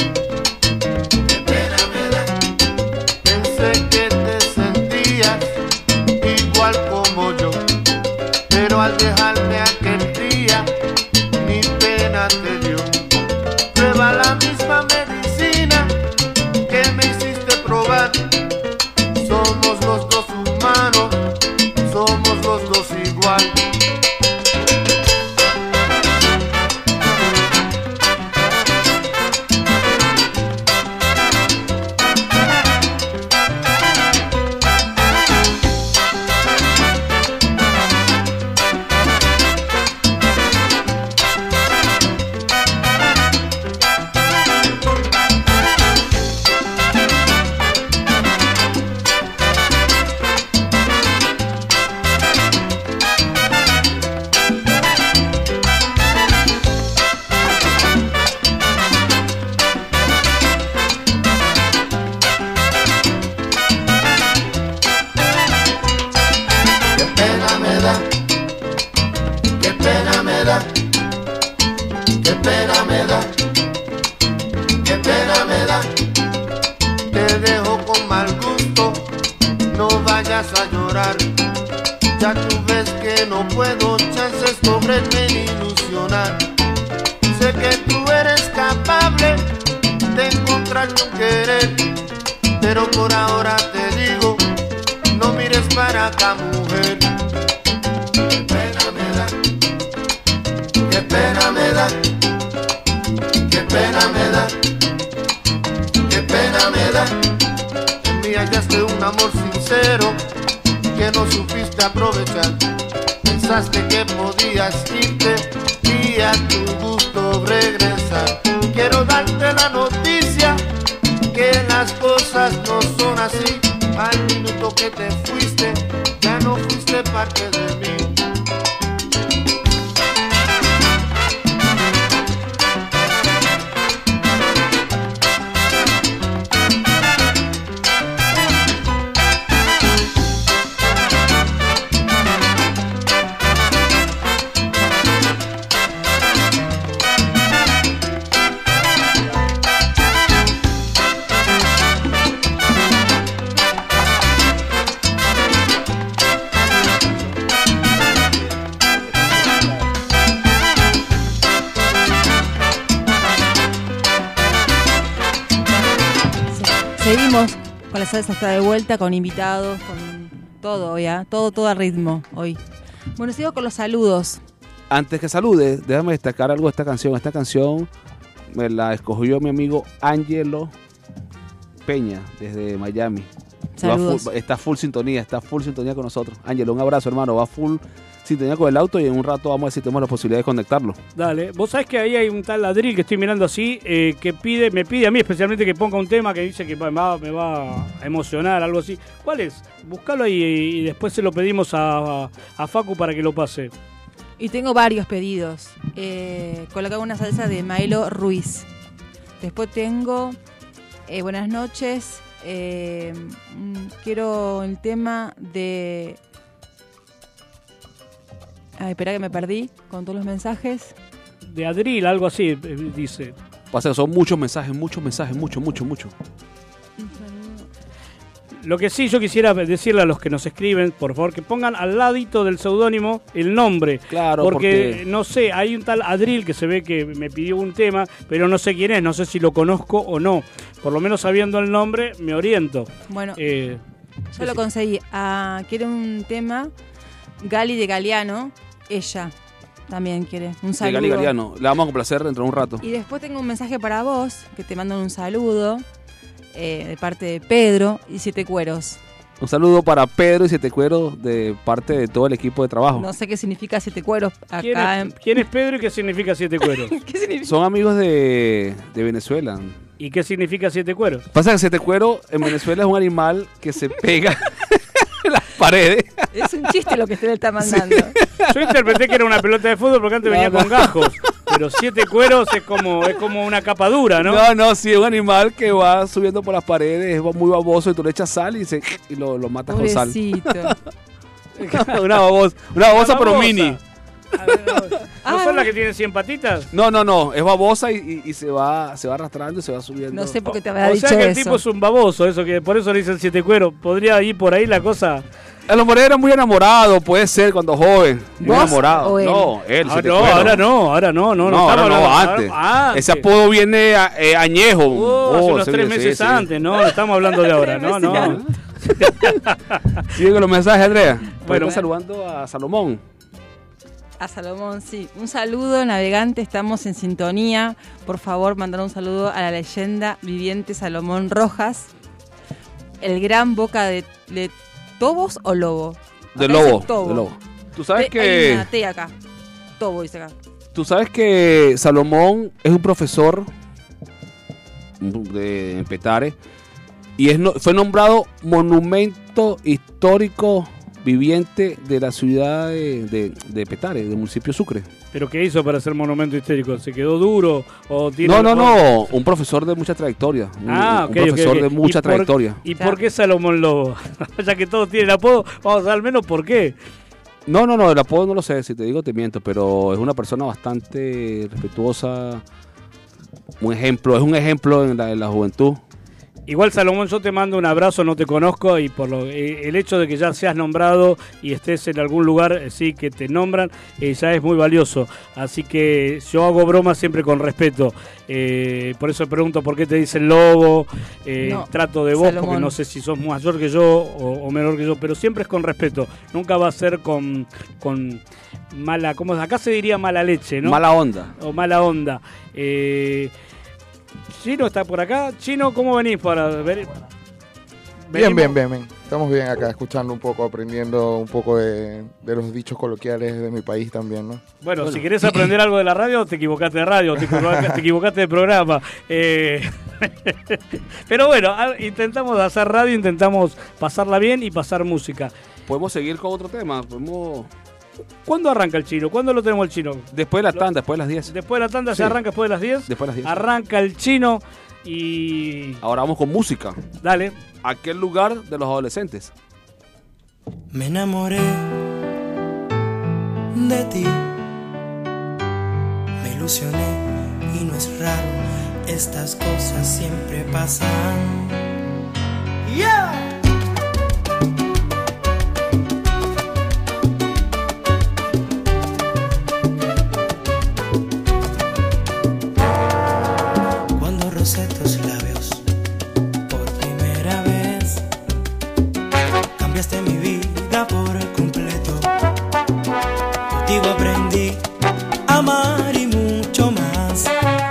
qué pena me da. Pensé que te sentías igual como yo, pero al dejarme aquel día mi pena te dio. Prueba la misma medicina que me hiciste probar. Somos los dos humanos, somos los dos igual. vayas a llorar. Ya tú ves que no puedo chances cogerme ni ilusionar. Sé que tú eres capaz de encontrar tu querer, pero por ahora te digo, no mires para acá, mujer. Qué pena me da, qué pena me da, qué pena me da, qué pena me da. En mí hallaste un amor sincero que no supiste aprovechar. Pensaste que podías irte y a tu gusto regresar. Quiero darte la noticia que las cosas no son así. Al minuto que te fuiste, ya no fuiste parte de mí. Seguimos con la salsa, está de vuelta, con invitados, con todo, ya, todo a ritmo hoy. Bueno, sigo con los saludos. Antes que salude, déjame destacar algo de esta canción. Esta canción me la escogió mi amigo Ángelo Peña, desde Miami. Saludos. Está full sintonía con nosotros. Ángelo, un abrazo, hermano. Va full sintonía con el auto y en un rato vamos a ver si tenemos la posibilidad de conectarlo. Dale, vos sabés que ahí hay un tal Adril que estoy mirando así, que me pide a mí especialmente que ponga un tema que dice que me va a emocionar, algo así. ¿Cuál es? Buscalo ahí y después se lo pedimos a Facu para que lo pase. Y tengo varios pedidos. Colocaba una salsa de Maelo Ruiz. Después tengo buenas noches. Quiero el tema de... Ay, espera que me perdí con todos los mensajes. De Adril, algo así, dice. Pasa que son muchos mensajes, mucho. Lo que sí yo quisiera decirle a los que nos escriben, por favor, que pongan al ladito del seudónimo el nombre. Claro, porque no sé, hay un tal Adril que se ve que me pidió un tema, pero no sé quién es, no sé si lo conozco o no. Por lo menos sabiendo el nombre, me oriento. Bueno, yo lo conseguí. Quiere un tema, Gali de Galeano, ella también quiere un saludo. De Gali Galeano, la vamos a complacer dentro de un rato. Y después tengo un mensaje para vos, que te mandan un saludo. De parte de Pedro y Siete Cueros. Un saludo para Pedro y Siete Cueros de parte de todo el equipo de trabajo. No sé qué significa Siete Cueros acá. ¿Quién es Pedro y qué significa Siete Cueros? ¿Qué significa? Son amigos de Venezuela. ¿Y qué significa Siete Cueros? Pasa que Siete Cueros en Venezuela es un animal que se pega en las paredes. Es un chiste lo que usted le está mandando. Sí. Yo interpreté que era una pelota de fútbol porque antes venía con gajos. Pero Siete Cueros es como una capa dura, ¿no? No, sí, es un animal que va subiendo por las paredes, es muy baboso y tú le echas sal y lo matas con sal. Una babosa pero mini. ¿No son las que tienen 100 patitas? No, es babosa y se va arrastrando y se va subiendo. No sé por qué te había dicho eso. O sea que eso. el tipo es un baboso, por eso le dicen Siete Cueros. ¿Podría ir por ahí la cosa? A lo mejor era muy enamorado, puede ser cuando joven. Muy enamorado. O él? No, él. Ahora no, antes. Ese apodo viene añejo. Hace unos 3 meses antes, no estamos hablando de ahora, no. Sigue con los mensajes, Andrea. Bueno, saludando a Salomón. A Salomón, sí. Un saludo, navegante, estamos en sintonía. Por favor, mandar un saludo a la leyenda viviente Salomón Rojas, el gran boca de ¿Tobos o lobo? De lobo. Tú sabes que... Hay una T acá. Tobo dice acá. Tú sabes que Salomón es un profesor de Petare y fue nombrado monumento histórico viviente de la ciudad de Petare, del municipio Sucre. ¿Pero qué hizo para ser monumento histórico? ¿Se quedó duro? ¿O tiene No, un profesor de mucha trayectoria. Un profesor de mucha trayectoria. ¿Y por qué Salomón Lobo? Ya que todos tienen apodo, vamos a ver al menos por qué. No, el apodo no lo sé, si te digo te miento, pero es una persona bastante respetuosa, es un ejemplo en la juventud. Igual, Salomón, yo te mando un abrazo, no te conozco, y por el hecho de que ya seas nombrado y estés en algún lugar, sí, que te nombran, ya es muy valioso. Así que yo hago bromas siempre con respeto. Por eso pregunto por qué te dicen lobo, No, trato de vos, Salomón. porque no sé si sos mayor que yo o menor que yo, pero siempre es con respeto. Nunca va a ser con mala, ¿cómo? Acá se diría mala leche, ¿no? Mala onda. O mala onda. Chino está por acá. Chino, ¿cómo venís para ver? Bien. Estamos bien acá, escuchando un poco, aprendiendo un poco de los dichos coloquiales de mi país también, ¿no? Bueno, si querés aprender algo de la radio, te equivocaste de radio, te equivocaste de programa. Pero bueno, intentamos hacer radio, intentamos pasarla bien y pasar música. Podemos seguir con otro tema. ¿Cuándo arranca el Chino? ¿Cuándo lo tenemos el Chino? Después de la tanda, después de las 10. Después de la tanda, Sí. ¿se arranca después de las 10? Después de las 10. Arranca el Chino y... Ahora vamos con música. Dale. Aquel lugar de los adolescentes. Me enamoré de ti, me ilusioné y no es raro, estas cosas siempre pasan. Yeah. Cuando rocé tus labios por primera vez, cambiaste mi vida por completo. Contigo aprendí a amar y mucho más.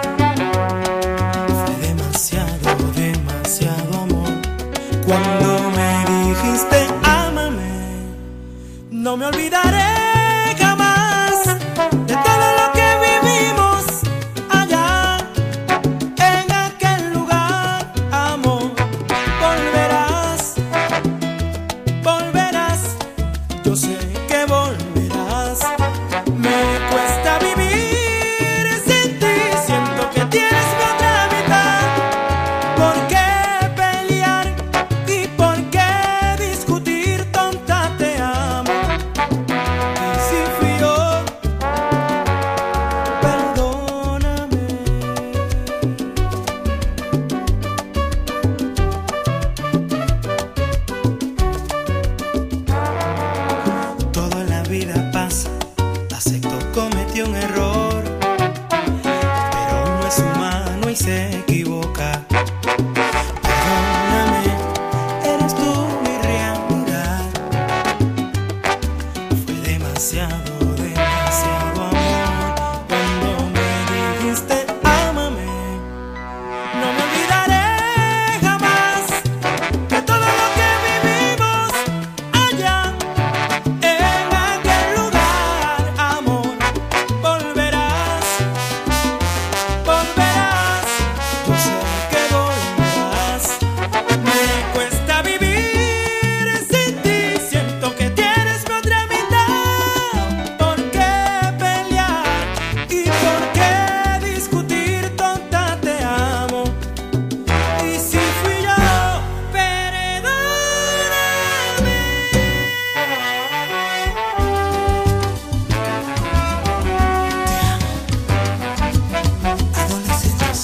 Fue demasiado, demasiado amor. Cuando me dijiste ámame, no me olvidaré jamás de todo lo que vivimos allá en aquel lugar. Amor, volverás, volverás, yo sé que volverás. Me cuesta vivir sin ti, siento que tienes mi otra mitad. ¿Por qué pelear y por qué discutir? Tonta, te amo. Y si fui yo, perdóname. Todo en la vida pasa, acepto cometió un error, pero uno es humano y se equivoca. Perdóname, eres tú mi realidad. Fue demasiado, demasiado amor. Cuando me dijiste ámame, no me olvidaré jamás de todo lo que vivimos allá en aquel lugar. Amor, volverás, volverás, yo sé que volverás. Me cuesta vivir sin ti, siento que tienes mi otra mitad. ¿Por qué pelear y por qué discutir? Tonta, te amo. Y si fui yo, perdóname. Adolescentes.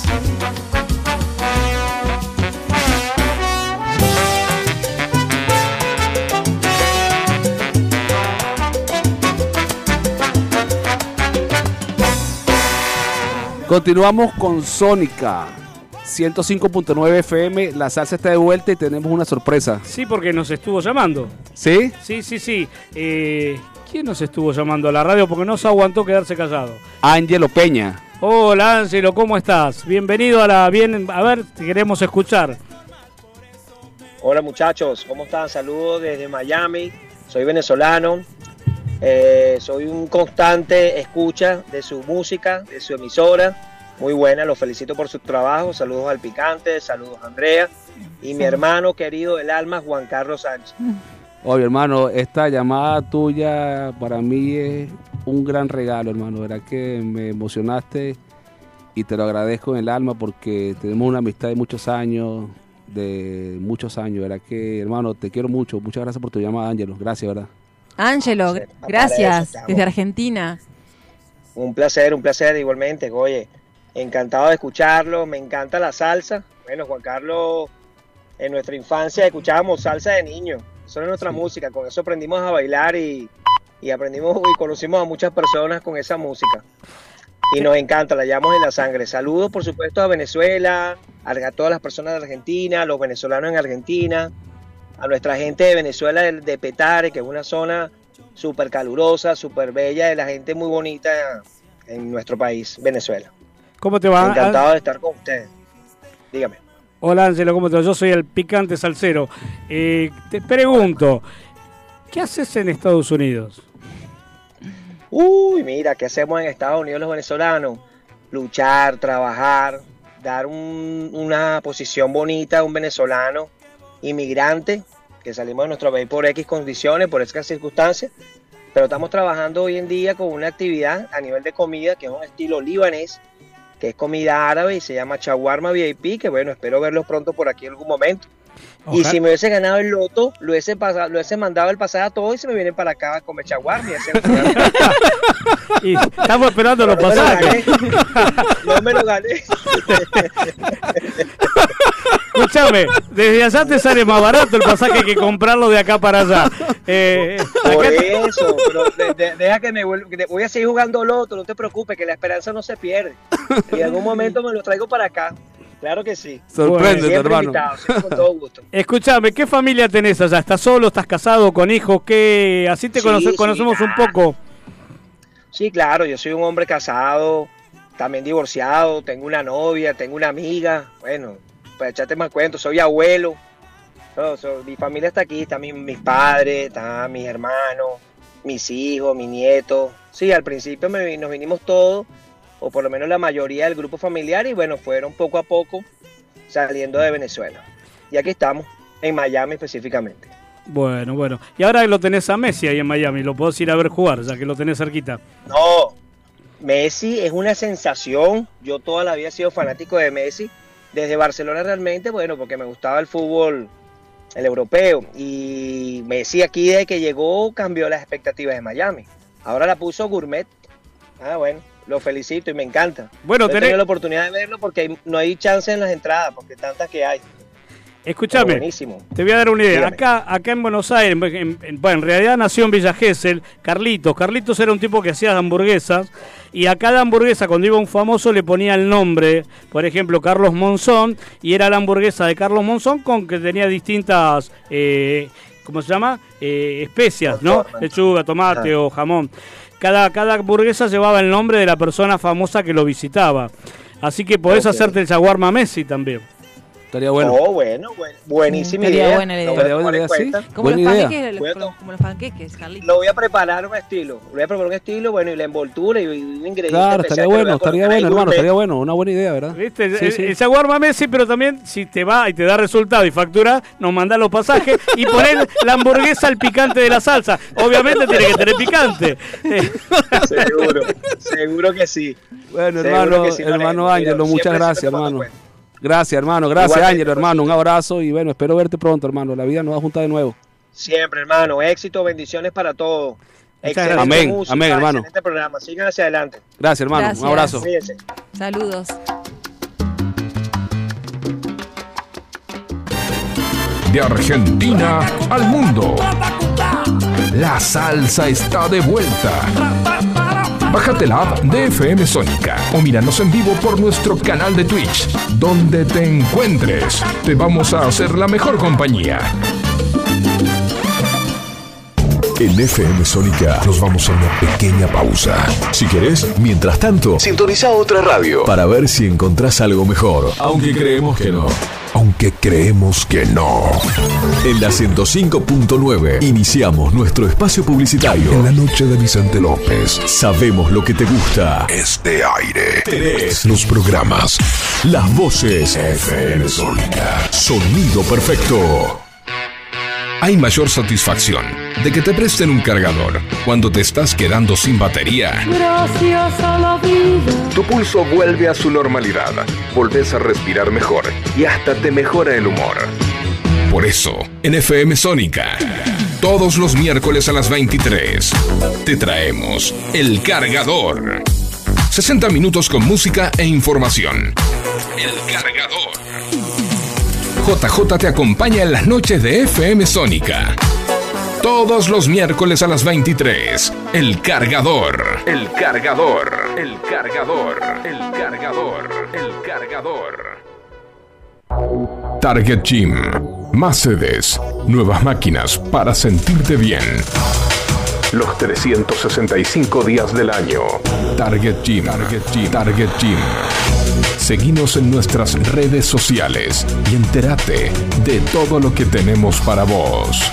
Continuamos con Sónica 105.9 FM. La salsa está de vuelta y tenemos una sorpresa. Sí, porque nos estuvo llamando. ¿Sí? Sí. ¿Quién nos estuvo llamando a la radio? Porque no se aguantó quedarse callado. Ángelo Peña. Hola, Ángelo, ¿cómo estás? Bienvenido a la... A ver, te queremos escuchar. Hola muchachos, ¿cómo están? Saludos desde Miami, soy venezolano, soy un constante escucha de su música, de su emisora, muy buena, los felicito por su trabajo, saludos al Picante, saludos a Andrea y mi hermano querido del alma, Juan Carlos Sánchez. Oye, hermano, esta llamada tuya para mí es un gran regalo, hermano, verdad que me emocionaste y te lo agradezco en el alma porque tenemos una amistad de muchos años, verdad que, hermano, te quiero mucho, muchas gracias por tu llamada, Ángelo, gracias, verdad. Ángelo, Para gracias, eso estamos. desde Argentina. Un placer igualmente, oye, encantado de escucharlo, me encanta la salsa, bueno, Juan Carlos En nuestra infancia escuchábamos salsa de niños. Eso es nuestra música. Con eso aprendimos a bailar y aprendimos y conocimos a muchas personas con esa música. Y nos encanta, la llevamos en la sangre. Saludos, por supuesto, a Venezuela, a todas las personas de Argentina, a los venezolanos en Argentina, a nuestra gente de Venezuela, de Petare, que es una zona súper calurosa, súper bella, de la gente muy bonita en nuestro país, Venezuela. ¿Cómo te va? Encantado de estar con ustedes. Dígame. Hola, Ángelo, ¿cómo te va? Yo soy el Picante Salsero. Te pregunto, ¿qué haces en Estados Unidos? Uy, mira, ¿qué hacemos en Estados Unidos los venezolanos? Luchar, trabajar, dar una posición bonita a un venezolano inmigrante que salimos de nuestro país por X condiciones, por esas circunstancias, pero estamos trabajando hoy en día con una actividad a nivel de comida que es un estilo libanés, que es comida árabe y se llama Shawarma VIP, que bueno, espero verlos pronto por aquí en algún momento. Ojalá. Y si me hubiese ganado el loto, lo hubiese mandado el pasaje a todos y se me vienen para acá a comer shawarma. Y estamos esperando los pasajes. No me lo gané. Escúchame, desde allá te sale más barato el pasaje que comprarlo de acá para allá. Por eso, pero deja que voy a seguir jugando loto, no te preocupes, que la esperanza no se pierde. Y en algún momento me lo traigo para acá. Claro que sí. Sorprende, hermano. Invitado, con todo gusto. Escúchame, ¿qué familia tenés allá? ¿Estás solo? ¿Estás casado? ¿Con hijos? ¿Qué? Así te conocemos un poco. Sí, claro, yo soy un hombre casado, también divorciado, tengo una novia, tengo una amiga. Bueno, pues echate más cuentos, soy abuelo. Mi familia está aquí, están mis padres, están mis hermanos, mis hijos, mis nietos. Sí, al principio nos vinimos todos, o por lo menos la mayoría del grupo familiar, y bueno, fueron poco a poco saliendo de Venezuela. Y aquí estamos, en Miami específicamente. Bueno. Y ahora lo tenés a Messi ahí en Miami, lo podés ir a ver jugar, ya que lo tenés cerquita. No, Messi es una sensación. Yo toda la vida he sido fanático de Messi, desde Barcelona realmente, bueno, porque me gustaba el fútbol, el europeo. Y Messi aquí desde que llegó cambió las expectativas de Miami. Ahora la puso gourmet. Bueno. Lo felicito y me encanta. Bueno, he tenido la oportunidad de verlo porque no hay chance en las entradas, porque tantas que hay. Escúchame, te voy a dar una idea. Acá en Buenos Aires, en realidad nació en Villa Gesell, Carlitos. Carlitos era un tipo que hacía hamburguesas, y a cada hamburguesa, cuando iba un famoso, le ponía el nombre. Por ejemplo, Carlos Monzón, y era la hamburguesa de Carlos Monzón con que tenía distintas, ¿cómo se llama? Especias, ¿no? Lechuga, tomate o jamón. Cada hamburguesa llevaba el nombre de la persona famosa que lo visitaba. Así que podés hacerte el shawarma Messi también. Estaría bueno. Buenísima idea. Buena idea. Estaría buena idea, sí. Como los panqueques, Carlitos. Lo voy a preparar un estilo. Bueno, y la envoltura y un ingrediente. Claro, estaría bueno, hermano, estaría bueno. Una buena idea, ¿verdad? ¿Viste? Sí, el shawarma Messi, pero también si te va y te da resultado y factura, nos mandás los pasajes y ponés la hamburguesa al picante de la salsa. Obviamente tiene que tener picante. Seguro que sí. Bueno, hermano Ángelo, muchas gracias, hermano. Gracias, hermano. Gracias, Ángelo, hermano. Un abrazo y bueno, espero verte pronto, hermano. La vida nos va a juntar de nuevo. Siempre, hermano. Éxito, bendiciones para todos. Amén, música, amén, hermano. Excelente programa. Sigan hacia adelante. Gracias, hermano. Gracias. Un abrazo. Fíjense. Saludos. De Argentina al mundo, la salsa está de vuelta. Bájate la app de FM Sónica o míranos en vivo por nuestro canal de Twitch. Donde te encuentres, te vamos a hacer la mejor compañía. En FM Sónica nos vamos a una pequeña pausa. Si querés, mientras tanto, sintoniza otra radio para ver si encontrás algo mejor. Aunque creemos que no. En la 105.9 iniciamos nuestro espacio publicitario. En la noche de Vicente López. Sabemos lo que te gusta. Este aire. Tenés los programas, las voces. FM Sónica. Sonido perfecto. Hay mayor satisfacción de que te presten un cargador cuando te estás quedando sin batería. Gracias a la vida. Tu pulso vuelve a su normalidad, volvés a respirar mejor y hasta te mejora el humor. Por eso, en FM Sónica, todos los miércoles a las 23, te traemos El Cargador. 60 minutos con música e información. El Cargador. JJ te acompaña en las noches de FM Sónica. Todos los miércoles a las 23. El Cargador. El Cargador. El Cargador. El Cargador. El Cargador. Target Gym. Más sedes. Nuevas máquinas para sentirte bien. Los 365 días del año. Target Gym. Target Gym. Target Gym. Seguinos en nuestras redes sociales y entérate de todo lo que tenemos para vos.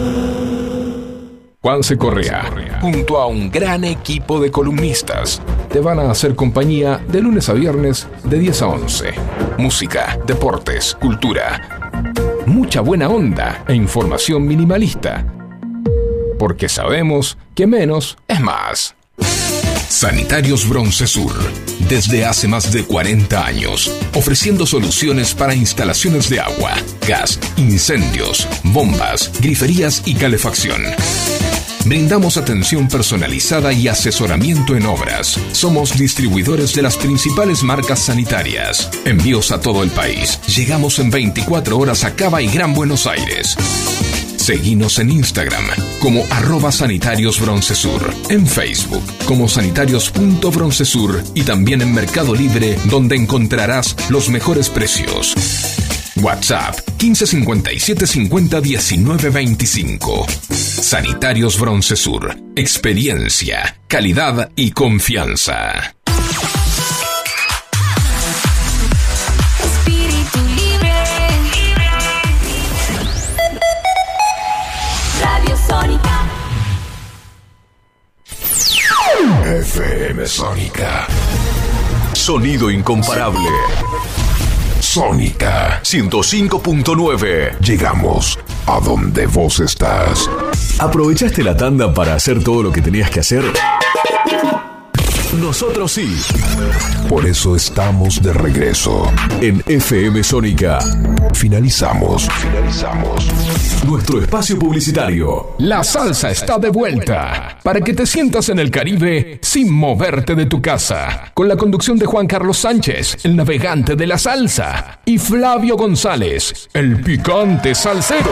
Juanse Correa, junto a un gran equipo de columnistas, te van a hacer compañía de lunes a viernes de 10 a 11. Música, deportes, cultura, mucha buena onda e información minimalista. Porque sabemos que menos es más. Sanitarios Broncesur, desde hace más de 40 años, ofreciendo soluciones para instalaciones de agua, gas, incendios, bombas, griferías y calefacción. Brindamos atención personalizada y asesoramiento en obras. Somos distribuidores de las principales marcas sanitarias. Envíos a todo el país. Llegamos en 24 horas a Cava y Gran Buenos Aires. Seguinos en Instagram como @sanitariosbroncesur, en Facebook como sanitarios.broncesur y también en Mercado Libre, donde encontrarás los mejores precios. WhatsApp 1557 50 19 25. Sanitarios Broncesur. Experiencia, calidad y confianza. Espíritu libre. Radio Sónica. FM Sónica. Sonido incomparable. Sónica 105.9. Llegamos a donde vos estás. ¿Aprovechaste la tanda para hacer todo lo que tenías que hacer? Nosotros sí. Por eso estamos de regreso. En FM Sónica. Finalizamos nuestro espacio publicitario. La salsa está de vuelta para que te sientas en el Caribe sin moverte de tu casa. Con la conducción de Juan Carlos Sánchez, el navegante de la salsa, y Flavio González, el picante salsero.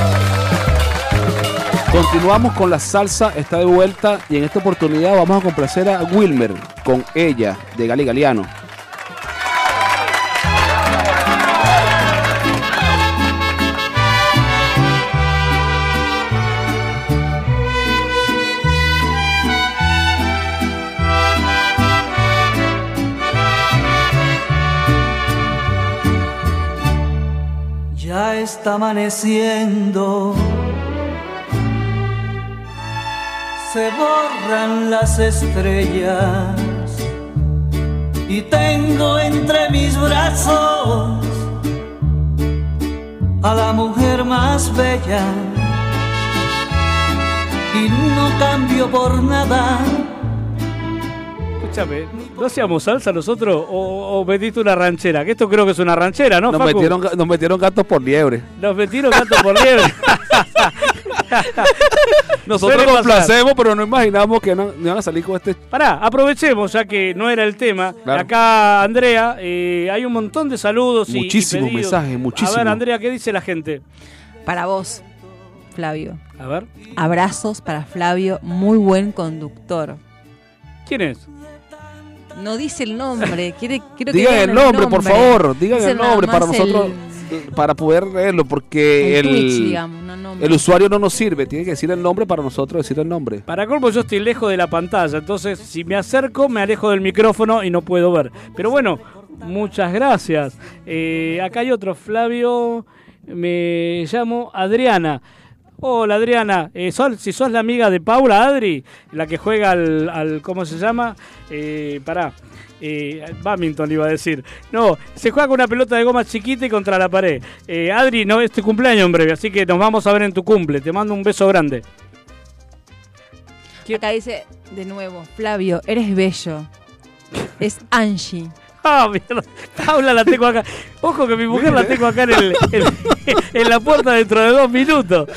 Continuamos con la salsa, está de vuelta y en esta oportunidad vamos a complacer a Wilmer con Ella de Gali Galiano. Ya está amaneciendo, se borran las estrellas y tengo entre mis brazos a la mujer más bella y no cambio por nada. Escúchame, ¿no hacíamos salsa nosotros o metiste una ranchera? Que esto creo que es una ranchera, ¿no, Facu? Nos metieron gatos por liebre. Nos metieron gatos por liebre. Nosotros complacemos, pero no imaginamos que no iban a salir con este. Pará, aprovechemos, ya que no era el tema. Claro. Acá, Andrea, hay un montón de saludos muchísimos y pedidos. mensajes, muchísimos. A ver, Andrea, ¿qué dice la gente? Para vos, Flavio. A ver. Abrazos para Flavio, muy buen conductor. ¿Quién es? No dice el nombre. Quiero que digan el nombre, por favor. Digan Dice el nombre nada para más nosotros, para poder leerlo, porque Twitch, digamos, no nombre. el usuario no nos sirve. Tiene que decir el nombre para nosotros decir el nombre. Para colmo, yo estoy lejos de la pantalla, entonces si me acerco me alejo del micrófono y no puedo ver. Pero bueno, muchas gracias. Acá hay otro, Flavio, me llamo Adriana. Hola, Adriana, si sos la amiga de Paula, Adri, la que juega al ¿cómo se llama? Badminton iba a decir. No, se juega con una pelota de goma chiquita y contra la pared. Adri, no, es tu cumpleaños en breve, así que nos vamos a ver en tu cumple. Te mando un beso grande. Acá dice de nuevo, Flavio, eres bello. Es Angie. Ah, mierda. Paula la tengo acá. Ojo que mi mujer la tengo acá en la puerta dentro de 2 minutos.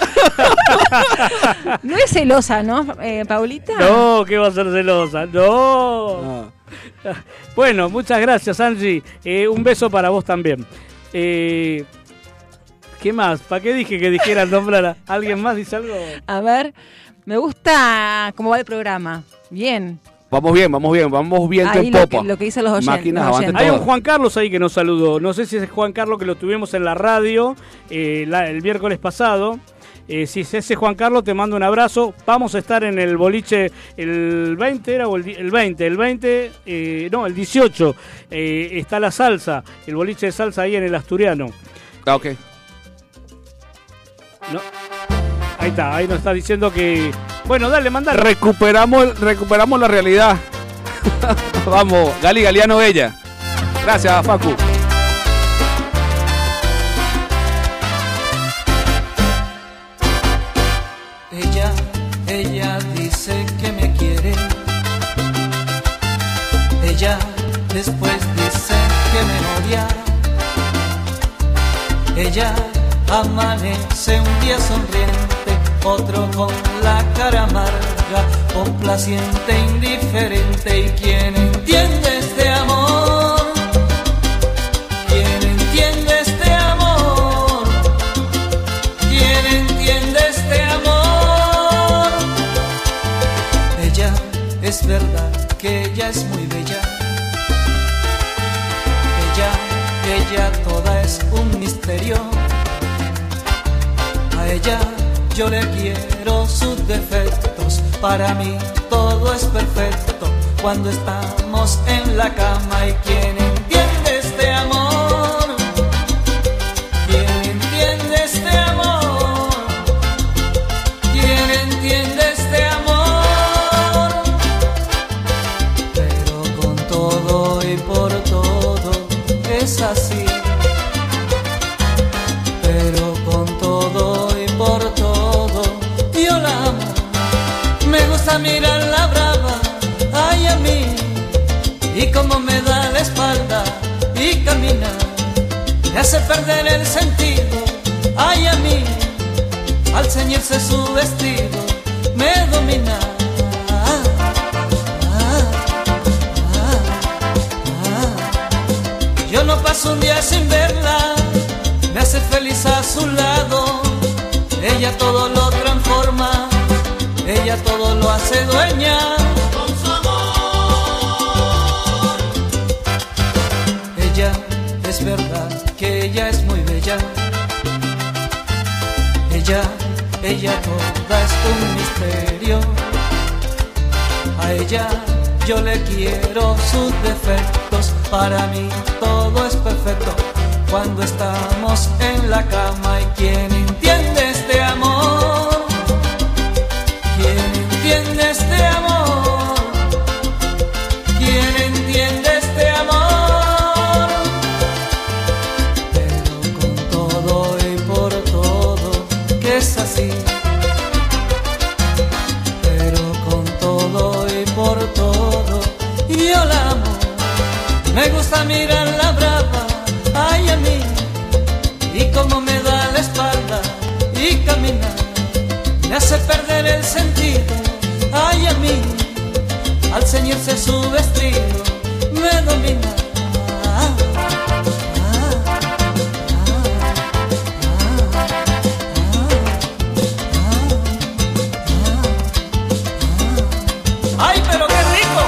No es celosa, ¿no, Paulita? No, ¿qué va a ser celosa? No. Bueno, muchas gracias, Angie. Un beso para vos también. ¿Qué más? ¿Para qué dije que dijera el nombre? ¿Alguien más dice algo? A ver, me gusta cómo va el programa. Bien. Vamos bien Ahí en lo popa. que dicen los oyentes. Máquinas avanten Hay un todas. Juan Carlos ahí que nos saludó. No sé si es Juan Carlos que lo tuvimos en la radio el miércoles pasado. Si es ese Juan Carlos, te mando un abrazo. Vamos a estar en el boliche el 20, ¿era? O el 20. El 18. Está la salsa, el boliche de salsa ahí en el Asturiano. Ah, ok. No. Ahí está, ahí nos está diciendo que... Bueno, dale, mandale. Recuperamos la realidad. Vamos, Gali Galeano Bella. Gracias, Facu. Ella dice que me quiere. Ella después dice que me odia. Ella amanece un día sonriente, otro con la cara amarga, complaciente, indiferente. ¿Y quién entiende este amor? ¿Quién entiende este amor? ¿Quién entiende este amor? Ella, es verdad que ella es muy bella. Ella toda es un misterio. A ella yo le quiero sus defectos. Para mí todo es perfecto cuando estamos en la cama. ¿Y quién entiende este amor? ¿Quién entiende este amor? ¿Quién entiende este amor? Pero con todo y por todo es así. Pero con todo y por todo yo la amo. Me gusta mirarla brava, ay a mí, y como me da la espalda y camina, me hace perder el sentido, ay a mí, al ceñirse su vestido, me domina. Yo no paso un día sin verla, me hace feliz a su lado. Ella todo lo transforma, ella todo lo hace dueña. Con su amor. Ella, es verdad que ella es muy bella. Ella toda es un misterio. A ella yo le quiero sus defectos. Para mí todo es perfecto cuando estamos en la cama. ¿Y quién entiende este amor? ¿Quién entiende este amor? ¿Quién entiende este amor? Pero con todo y por todo que es así. Pero con todo y por todo yo la amo. Me gusta mirarla brava, ay a mí, y como me da la espalda y camina, me hace perder el sentido, ay a mí, al ceñirse su vestido, me domina. ¡Ay, pero qué rico!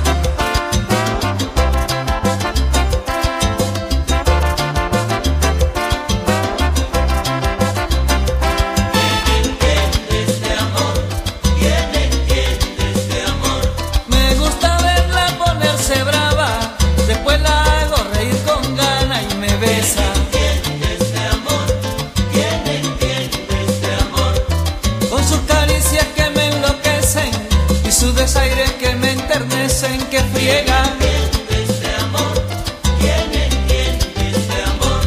Desaires que me enternecen, que friegan. Este amor, ¿quién entiende este amor?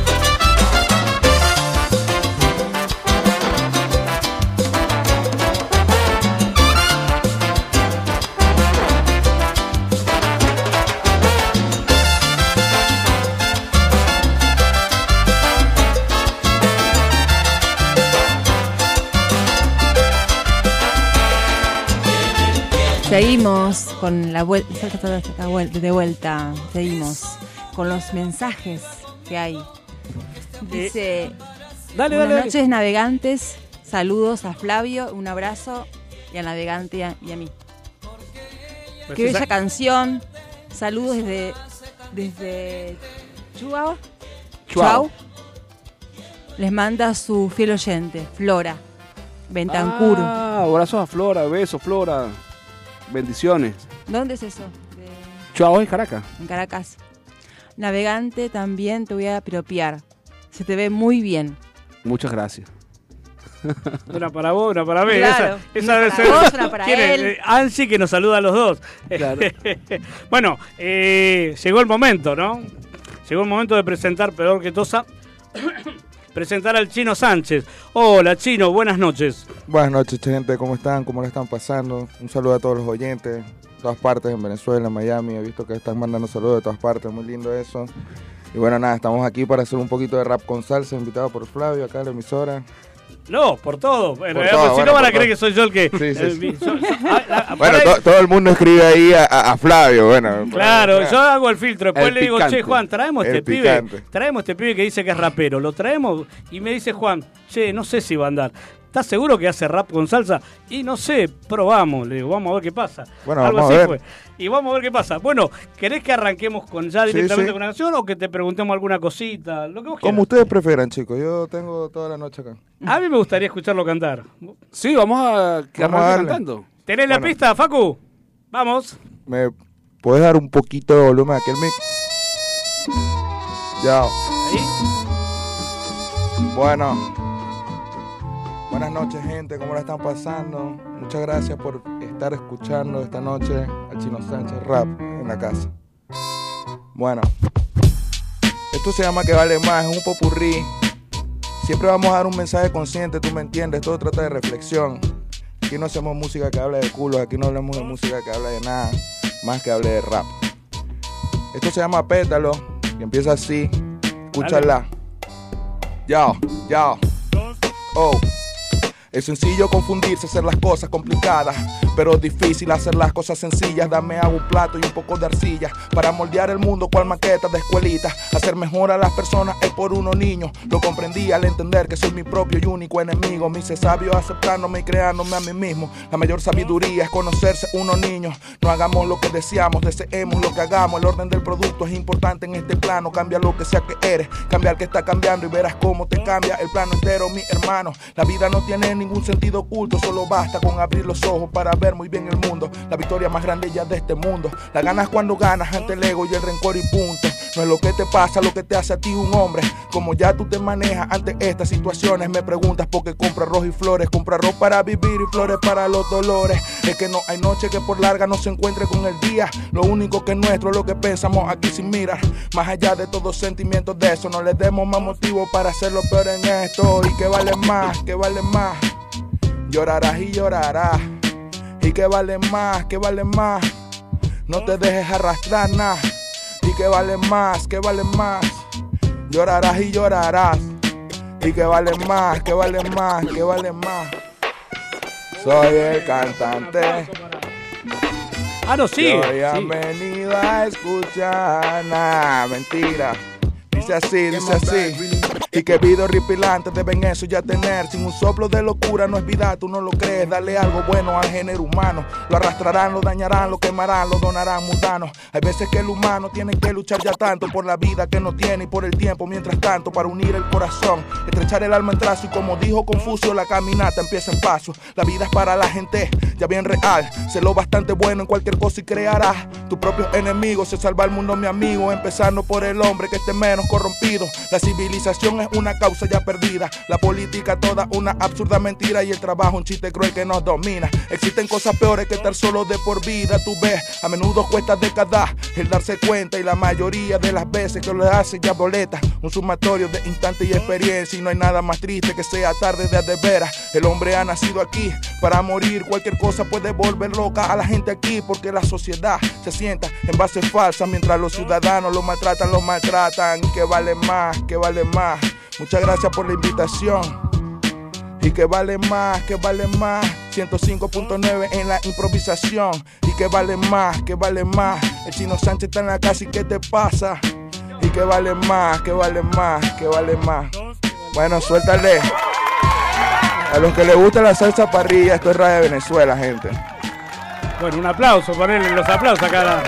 Seguimos con la vuelta, de vuelta, seguimos con los mensajes que hay. Dice, Dale. Buenas noches, navegantes. Saludos a Flavio, un abrazo, y al navegante y a mí. Pues Qué bella canción. Saludos desde Chuao. Les manda su fiel oyente, Flora Bentancur. Abrazos a Flora, besos, Flora. Bendiciones. ¿Dónde es eso? Chuao, en Caracas. En Caracas. Navegante, también te voy a piropear. Se te ve muy bien. Muchas gracias. Una para vos, una para mí. Claro, esa una debe para ser. vos, una para ¿Quién es? él. Ansi, que nos saluda a los dos. Claro. Bueno, llegó el momento, ¿no? Llegó el momento de presentar, peor que Tosa, presentar al Chino Sánchez. Hola, Chino, buenas noches. Buenas noches, gente, ¿cómo están? ¿Cómo la están pasando? Un saludo a todos los oyentes, todas partes, en Venezuela, en Miami. He visto que están mandando saludos de todas partes, muy lindo eso. Y bueno, nada, estamos aquí para hacer un poquito de rap con salsa, invitado por Flavio, acá en la emisora. No, por todo. En realidad, todo, si bueno, no van a por creer todo. que soy yo el que... Sí. Bueno, Todo el mundo escribe ahí a Flavio, bueno. claro, yo hago el filtro. Después El le digo, picante. che, Juan, traemos El este picante. pibe que dice que es rapero. Lo traemos y me dice Juan, che, no sé si va a andar. ¿Estás seguro que hace rap con salsa? Y no sé, probamos. Le digo, vamos a ver qué pasa. Bueno, Algo vamos así a ver. fue. Y vamos a ver qué pasa. Bueno, ¿querés que arranquemos ya directamente sí. con una canción o que te preguntemos alguna cosita? Lo que vos Como quieras. ustedes prefieran, chicos. Yo tengo toda la noche acá. A mí me gustaría escucharlo cantar. Sí, vamos a que Vamos a arranque darle. cantando. ¿Tenés la Bueno. pista, Facu? Vamos. ¿Me puedes dar un poquito de volumen aquí al mic? Ya. Ahí. Bueno. Buenas noches, gente, ¿cómo la están pasando? Muchas gracias por estar escuchando esta noche al Chino Sánchez Rap en la casa. Bueno, esto se llama Que Vale Más, es un popurrí. Siempre vamos a dar un mensaje consciente, tú me entiendes, todo trata de reflexión. Aquí no hacemos música que habla de culos, aquí no hablamos de música que habla de nada, más que hable de rap. Esto se llama Pétalo y empieza así, escúchala. Yo. Oh. Es sencillo confundirse, hacer las cosas complicadas, pero es difícil hacer las cosas sencillas. Dame agua, un plato y un poco de arcilla para moldear el mundo cual maqueta de escuelita. Hacer mejor a las personas es por uno niño. Lo comprendí al entender que soy mi propio y único enemigo. Me hice sabio aceptándome y creándome a mí mismo. La mayor sabiduría es conocerse uno niño. No hagamos lo que deseamos, deseemos lo que hagamos. El orden del producto es importante en este plano. Cambia lo que sea que eres, cambia el que está cambiando y verás cómo te cambia el plano entero, mi hermano. La vida no tiene ningún sentido oculto, solo basta con abrir los ojos para ver muy bien el mundo. La victoria más grande ya de este mundo la ganas cuando ganas ante el ego y el rencor y punto. No es lo que te pasa lo que te hace a ti un hombre. Como ya tú te manejas ante estas situaciones. Me preguntas por qué compro arroz y flores. Compro arroz para vivir y flores para los dolores. Es que no hay noche que por larga no se encuentre con el día. Lo único que es nuestro es lo que pensamos aquí sin mirar. Más allá de todos sentimientos de eso, no le demos más motivo para hacerlo peor en esto. Y que vale más, que vale más. Llorarás y llorarás. Y que vale más, que vale más. No te dejes arrastrar nada. Y que vale más, que vale más. Llorarás y llorarás. Y que vale más, que vale más, que vale más. Soy el cantante. Ah, no, sigue. Hoy han venido a escuchar. Nah, mentira. Dice así. Y que vida horripilante deben eso ya tener. Sin un soplo de locura no es vida, tú no lo crees. Dale algo bueno al género humano. Lo arrastrarán, lo dañarán, lo quemarán, lo donarán mundanos. Hay veces que el humano tiene que luchar ya tanto por la vida que no tiene y por el tiempo mientras tanto para unir el corazón, estrechar el alma en trazo. Y como dijo Confucio, la caminata empieza en paso. La vida es para la gente ya bien real. Sé lo bastante bueno en cualquier cosa y crearás tus propios enemigos. Se salva el mundo, mi amigo, empezando por el hombre que esté menos corrompido. La civilización es una causa ya perdida. La política toda una absurda mentira. Y el trabajo un chiste cruel que nos domina. Existen cosas peores que estar solo de por vida. Tú ves, a menudo cuesta décadas el darse cuenta. Y la mayoría de las veces que lo hace ya boleta. Un sumatorio de instantes y experiencia. Y no hay nada más triste que sea tarde de veras. El hombre ha nacido aquí para morir. Cualquier cosa puede volver loca a la gente aquí. Porque la sociedad se sienta en bases falsas. Mientras los ciudadanos los maltratan. Y que vale más, que vale más. Muchas gracias por la invitación. Y que vale más, que vale más. 105.9 en la improvisación. Y que vale más, que vale más. El Chino Sánchez está en la casa y ¿qué te pasa? Y que vale más, que vale más, que vale más. Bueno, suéltale. A los que les gusta la salsa parrilla, esto es Radio Venezuela, gente. Bueno, un aplauso, ponele los aplausos acá.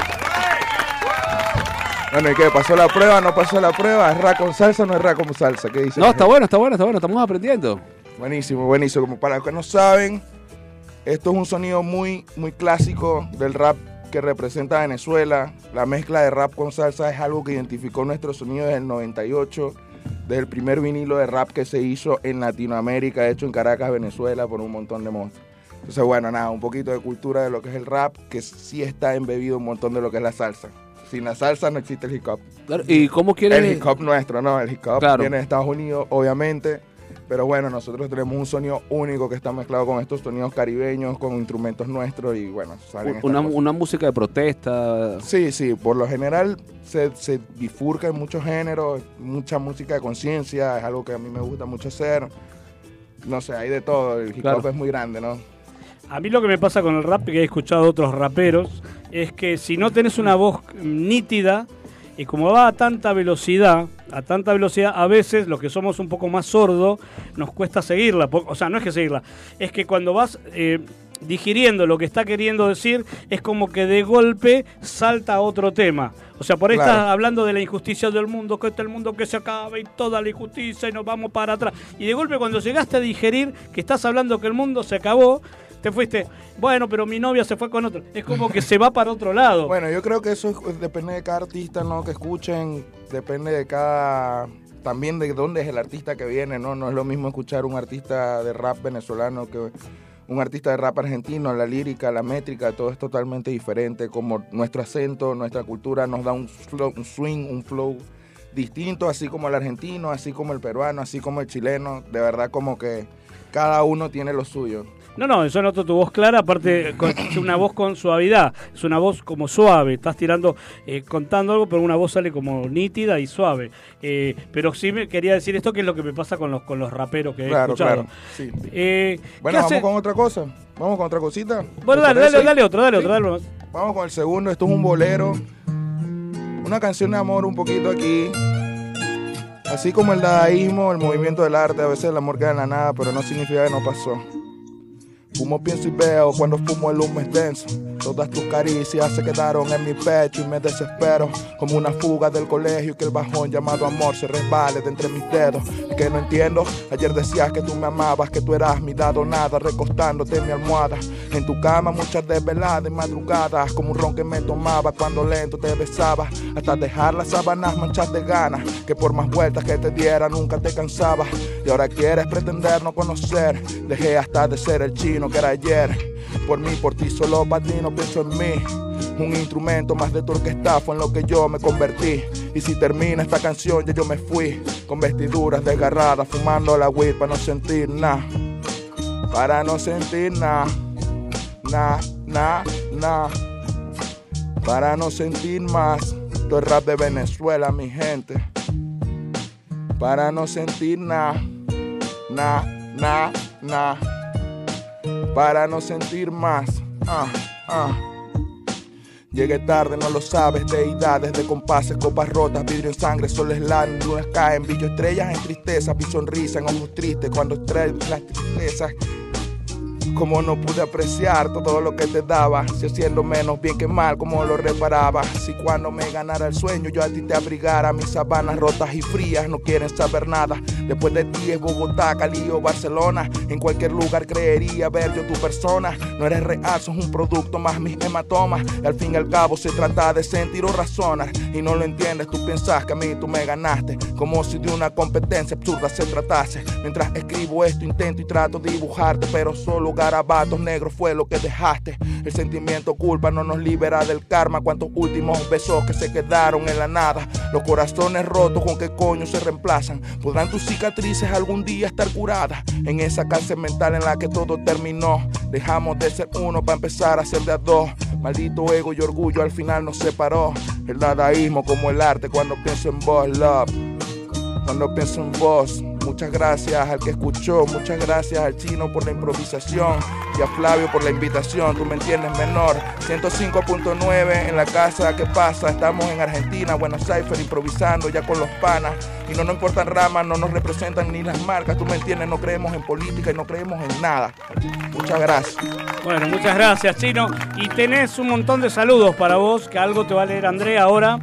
Bueno, ¿y qué? ¿Pasó la prueba? ¿No pasó la prueba? ¿Es rap con salsa o no es rap con salsa? ¿Qué dicen? No, está bueno, estamos aprendiendo. Buenísimo. Como para los que no saben, esto es un sonido muy, muy clásico del rap que representa a Venezuela. La mezcla de rap con salsa es algo que identificó nuestro sonido desde el 98, desde el primer vinilo de rap que se hizo en Latinoamérica, hecho en Caracas, Venezuela, por un montón de monstruos. Entonces, bueno, nada, un poquito de cultura de lo que es el rap, que sí está embebido un montón de lo que es la salsa. Sin la salsa no existe el hip hop. ¿Y cómo quieres? El hip hop nuestro, ¿no? El hip hop claro. Viene de Estados Unidos, obviamente. Pero bueno, nosotros tenemos un sonido único que está mezclado con estos sonidos caribeños, con instrumentos nuestros y bueno, salen una música de protesta. Sí, por lo general se bifurca en muchos géneros, mucha música de conciencia, es algo que a mí me gusta mucho hacer. No sé, hay de todo, el hip hop es muy grande, ¿no? A mí lo que me pasa con el rap, que he escuchado a otros raperos, es que si no tenés una voz nítida, y como va a tanta velocidad, a veces los que somos un poco más sordos, nos cuesta seguirla. O sea, no es que seguirla, es que cuando vas digiriendo lo que está queriendo decir, es como que de golpe salta a otro tema. O sea, por ahí estás hablando de la injusticia del mundo, que el mundo que se acaba y toda la injusticia y nos vamos para atrás. Y de golpe cuando llegaste a digerir que estás hablando que el mundo se acabó, te fuiste, bueno, pero mi novia se fue con otro. Es como que se va para otro lado. Bueno, yo creo que eso depende de cada artista, ¿no? Que escuchen, depende de cada... También de dónde es el artista que viene, ¿no? No es lo mismo escuchar un artista de rap venezolano que un artista de rap argentino. La lírica, la métrica, todo es totalmente diferente. Como nuestro acento, nuestra cultura nos da un swing, un flow distinto, así como el argentino, así como el peruano, así como el chileno. De verdad como que cada uno tiene lo suyo. No, yo noto tu voz clara, aparte es una voz con suavidad, es una voz como suave, estás tirando, contando algo, pero una voz sale como nítida y suave. Pero sí me quería decir esto, que es lo que me pasa con los raperos que he escuchado. Claro, sí. Bueno, vamos con otra cosa, vamos con otra cosita. Bueno, dale otro. Vamos con el segundo, esto es un bolero, una canción de amor un poquito aquí. Así como el dadaísmo, el movimiento del arte, a veces el amor queda en la nada, pero no significa que no pasó. Fumo, pienso y veo, cuando fumo el humo es denso. Todas tus caricias se quedaron en mi pecho y me desespero. Como una fuga del colegio, que el bajón llamado amor se resbale de entre mis dedos. Es que no entiendo, ayer decías que tú me amabas, que tú eras mi dado nada, recostándote en mi almohada. En tu cama muchas desveladas y madrugadas, como un ron que me tomaba cuando lento te besaba. Hasta dejar las sábanas manchas de ganas, que por más vueltas que te diera nunca te cansabas. Y ahora quieres pretender no conocer, dejé hasta de ser el chino que era ayer. Por mí, por ti, solo para ti, no pienso en mí. Un instrumento más de tu orquesta fue en lo que yo me convertí. Y si termina esta canción ya yo me fui, con vestiduras desgarradas, fumando la weed para no sentir nada. Para no sentir nada. Para no sentir más. Esto es rap de Venezuela, mi gente. Para no sentir nada. Para no sentir más. Llegué tarde, no lo sabes, deidades de compases, copas rotas, vidrio en sangre, soles lan, lunas caen, brillo estrellas en tristeza, vi sonrisa en ojos tristes cuando estrellas las tristezas. Como no pude apreciar todo lo que te daba, si haciendo menos bien que mal, como lo reparaba. Si cuando me ganara el sueño yo a ti te abrigara, mis sábanas rotas y frías no quieren saber nada. Después de ti es Bogotá, Cali o Barcelona, en cualquier lugar creería ver yo tu persona. No eres real, sos un producto más mis hematomas, y al fin y al cabo se trata de sentir o razonar. Y no lo entiendes, tú piensas que a mí tú me ganaste, como si de una competencia absurda se tratase. Mientras escribo esto intento y trato de dibujarte, pero solo garabatos negros fue lo que dejaste. El sentimiento culpa no nos libera del karma. Cuántos últimos besos que se quedaron en la nada. Los corazones rotos con qué coño se reemplazan. ¿Podrán tus cicatrices algún día estar curadas? En esa cárcel mental en la que todo terminó. Dejamos de ser uno para empezar a ser de a dos. Maldito ego y orgullo al final nos separó. El dadaísmo como el arte cuando pienso en vos, love. Cuando pienso en vos, muchas gracias al que escuchó, muchas gracias al Chino por la improvisación y a Flavio por la invitación, tú me entiendes, menor. 105.9 en la casa, ¿qué pasa? Estamos en Argentina, Buenos Aires, improvisando ya con los panas y no nos importan ramas, no nos representan ni las marcas, tú me entiendes, no creemos en política y no creemos en nada. Muchas gracias. Bueno, muchas gracias, Chino. Y tenés un montón de saludos para vos, que algo te va a leer André ahora,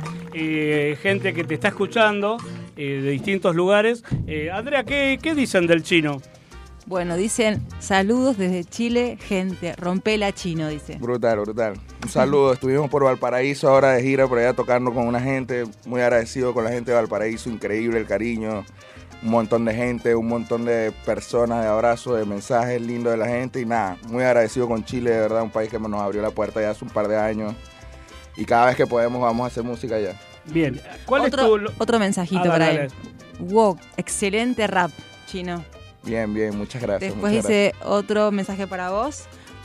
gente que te está escuchando de distintos lugares. Andrea, ¿qué dicen del Chino? Bueno, dicen saludos desde Chile, gente, rompela Chino, dice. Brutal, brutal. Un saludo, estuvimos por Valparaíso ahora de gira, por allá tocando con una gente, muy agradecido con la gente de Valparaíso, increíble el cariño, un montón de gente, un montón de personas, de abrazos, de mensajes lindos de la gente y nada, muy agradecido con Chile, de verdad, un país que nos abrió la puerta ya hace un par de años y cada vez que podemos vamos a hacer música allá. Bien, ¿cuál otro mensajito para él? Wow, excelente rap, Chino. Bien, bien, muchas gracias. Después dice otro mensaje para vos,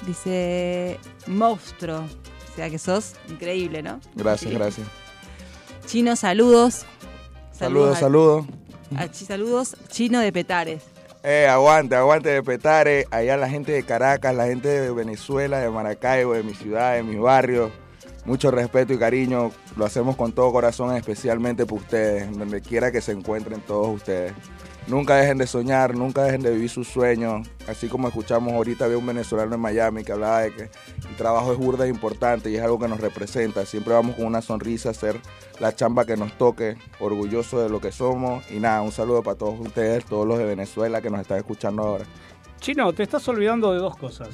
dice monstruo, o sea que sos increíble, ¿no? Gracias, sí. Gracias. Chino, saludos. Saludos. Saludos, Chino de Petares. Aguante de Petare, allá la gente de Caracas, la gente de Venezuela, de Maracaibo, de mi ciudad, de mis barrios. Mucho respeto y cariño, lo hacemos con todo corazón, especialmente por ustedes, donde quiera que se encuentren todos ustedes. Nunca dejen de soñar, nunca dejen de vivir sus sueños. Así como escuchamos ahorita, había un venezolano en Miami que hablaba de que el trabajo es burda e importante y es algo que nos representa. Siempre vamos con una sonrisa a hacer la chamba que nos toque, orgulloso de lo que somos. Y nada, un saludo para todos ustedes, todos los de Venezuela que nos están escuchando ahora. Chino, te estás olvidando de dos cosas.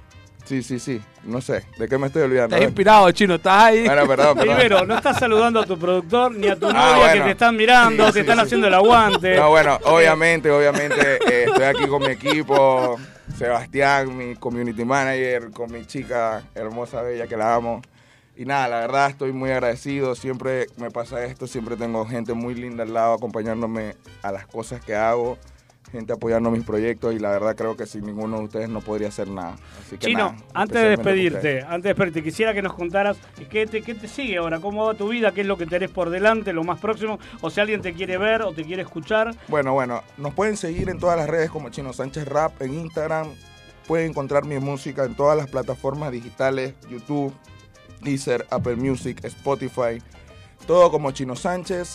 Sí, no sé, ¿de qué me estoy olvidando? Estás inspirado, Chino, estás ahí. Bueno, perdón. Primero, no estás saludando a tu productor ni a tu novia que te están mirando, te están haciendo el aguante. No, bueno, obviamente, estoy aquí con mi equipo, Sebastián, mi community manager, con mi chica hermosa, bella, que la amo. Y nada, la verdad estoy muy agradecido, siempre me pasa esto, siempre tengo gente muy linda al lado acompañándome a las cosas que hago. Gente apoyando mis proyectos y la verdad creo que sin ninguno de ustedes no podría hacer nada. Así que Chino, nada, antes de despedirte, quisiera que nos contaras qué te sigue ahora, cómo va tu vida, qué es lo que tenés por delante, lo más próximo, o si alguien te quiere ver o te quiere escuchar. Bueno, nos pueden seguir en todas las redes como Chino Sánchez Rap, en Instagram, pueden encontrar mi música en todas las plataformas digitales, YouTube, Deezer, Apple Music, Spotify, todo como Chino Sánchez.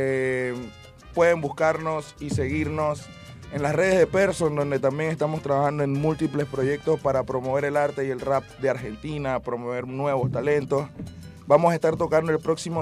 Pueden buscarnos y seguirnos en las redes de Person, donde también estamos trabajando en múltiples proyectos para promover el arte y el rap de Argentina, promover nuevos talentos. Vamos a estar tocando el próximo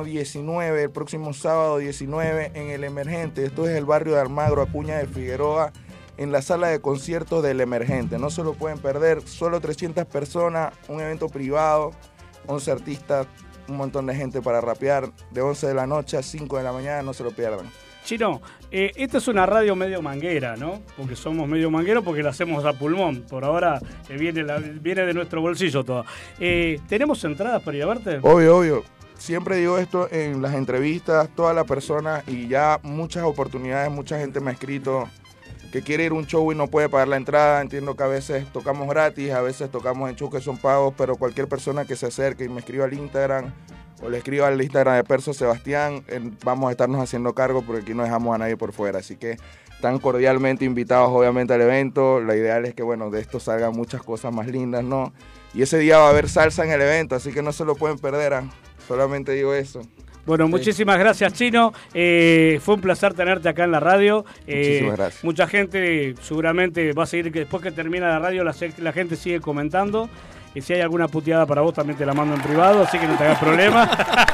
sábado 19 en El Emergente. Esto es el barrio de Almagro, Acuña de Figueroa, en la sala de conciertos del Emergente. No se lo pueden perder, solo 300 personas, un evento privado, 11 artistas, un montón de gente para rapear, de 11 de la noche a 5 de la mañana, no se lo pierdan. Chino, esta es una radio medio manguera, ¿no? Porque somos medio mangueros porque la hacemos a pulmón. Por ahora viene de nuestro bolsillo toda. ¿Tenemos entradas para ir a verte? Obvio. Siempre digo esto en las entrevistas, todas las personas y ya muchas oportunidades, mucha gente me ha escrito que quiere ir a un show y no puede pagar la entrada. Entiendo que a veces tocamos gratis, a veces tocamos en shows que son pagos, pero cualquier persona que se acerque y me escriba al Instagram o le escriba al Instagram de Perso Sebastián, vamos a estarnos haciendo cargo porque aquí no dejamos a nadie por fuera. Así que están cordialmente invitados obviamente al evento. La ideal es que de esto salgan muchas cosas más lindas, ¿no? Y ese día va a haber salsa en el evento, así que no se lo pueden perder, solamente digo eso. Bueno, muchísimas gracias, Chino. Fue un placer tenerte acá en la radio. Muchísimas gracias. Mucha gente seguramente va a seguir, que después que termina la radio la gente sigue comentando. Y si hay alguna puteada para vos también te la mando en privado, así que no te hagas problema.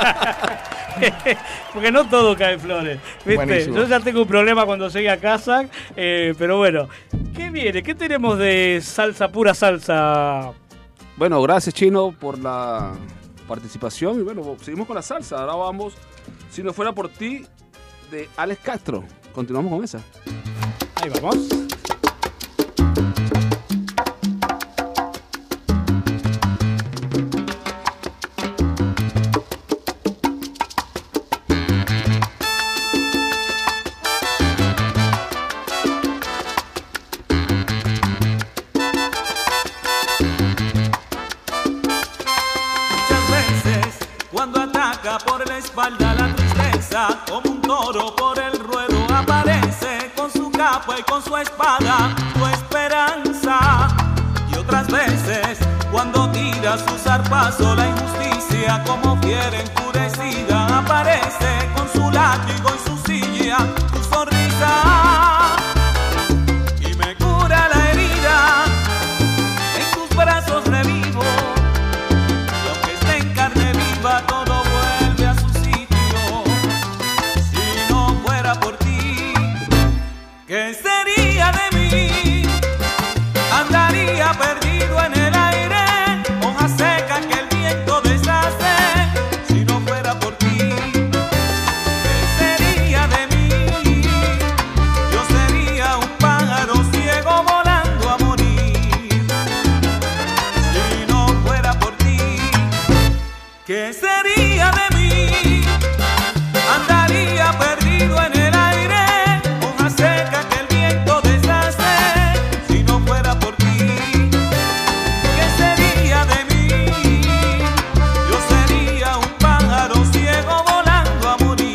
Porque no todo cae en flores, ¿viste? Buenísimo. Yo ya tengo un problema cuando llegue a casa, pero bueno. ¿Qué viene? ¿Qué tenemos de salsa, pura salsa? Bueno, gracias, Chino, por la participación. Y bueno, seguimos con la salsa. Ahora vamos, Si no fuera por ti, de Alex Castro. Continuamos con esa. Ahí vamos. Por la espalda la tristeza, como un toro por el ruedo aparece con su capa y con su espada tu esperanza. Y otras veces cuando tira su zarpazo la injusticia como fiera enfurecida aparece con su látigo y su silla, tu sonrisa y me cura la herida. En tus brazos revivo y aunque esté en carne viva todo vuelve a su sitio. Si no fuera por ti, ¿qué sería de mí? Andaría perdido en el aire, hoja seca que el viento deshace. Si no fuera por ti, ¿qué sería de mí? Yo sería un pájaro ciego volando a morir. Si no fuera por ti, ¿qué sería de mí? Andaría perdido en el aire, hoja seca que el viento deshace. Si no fuera por ti, ¿qué sería de mí? Yo sería un pájaro ciego volando a morir.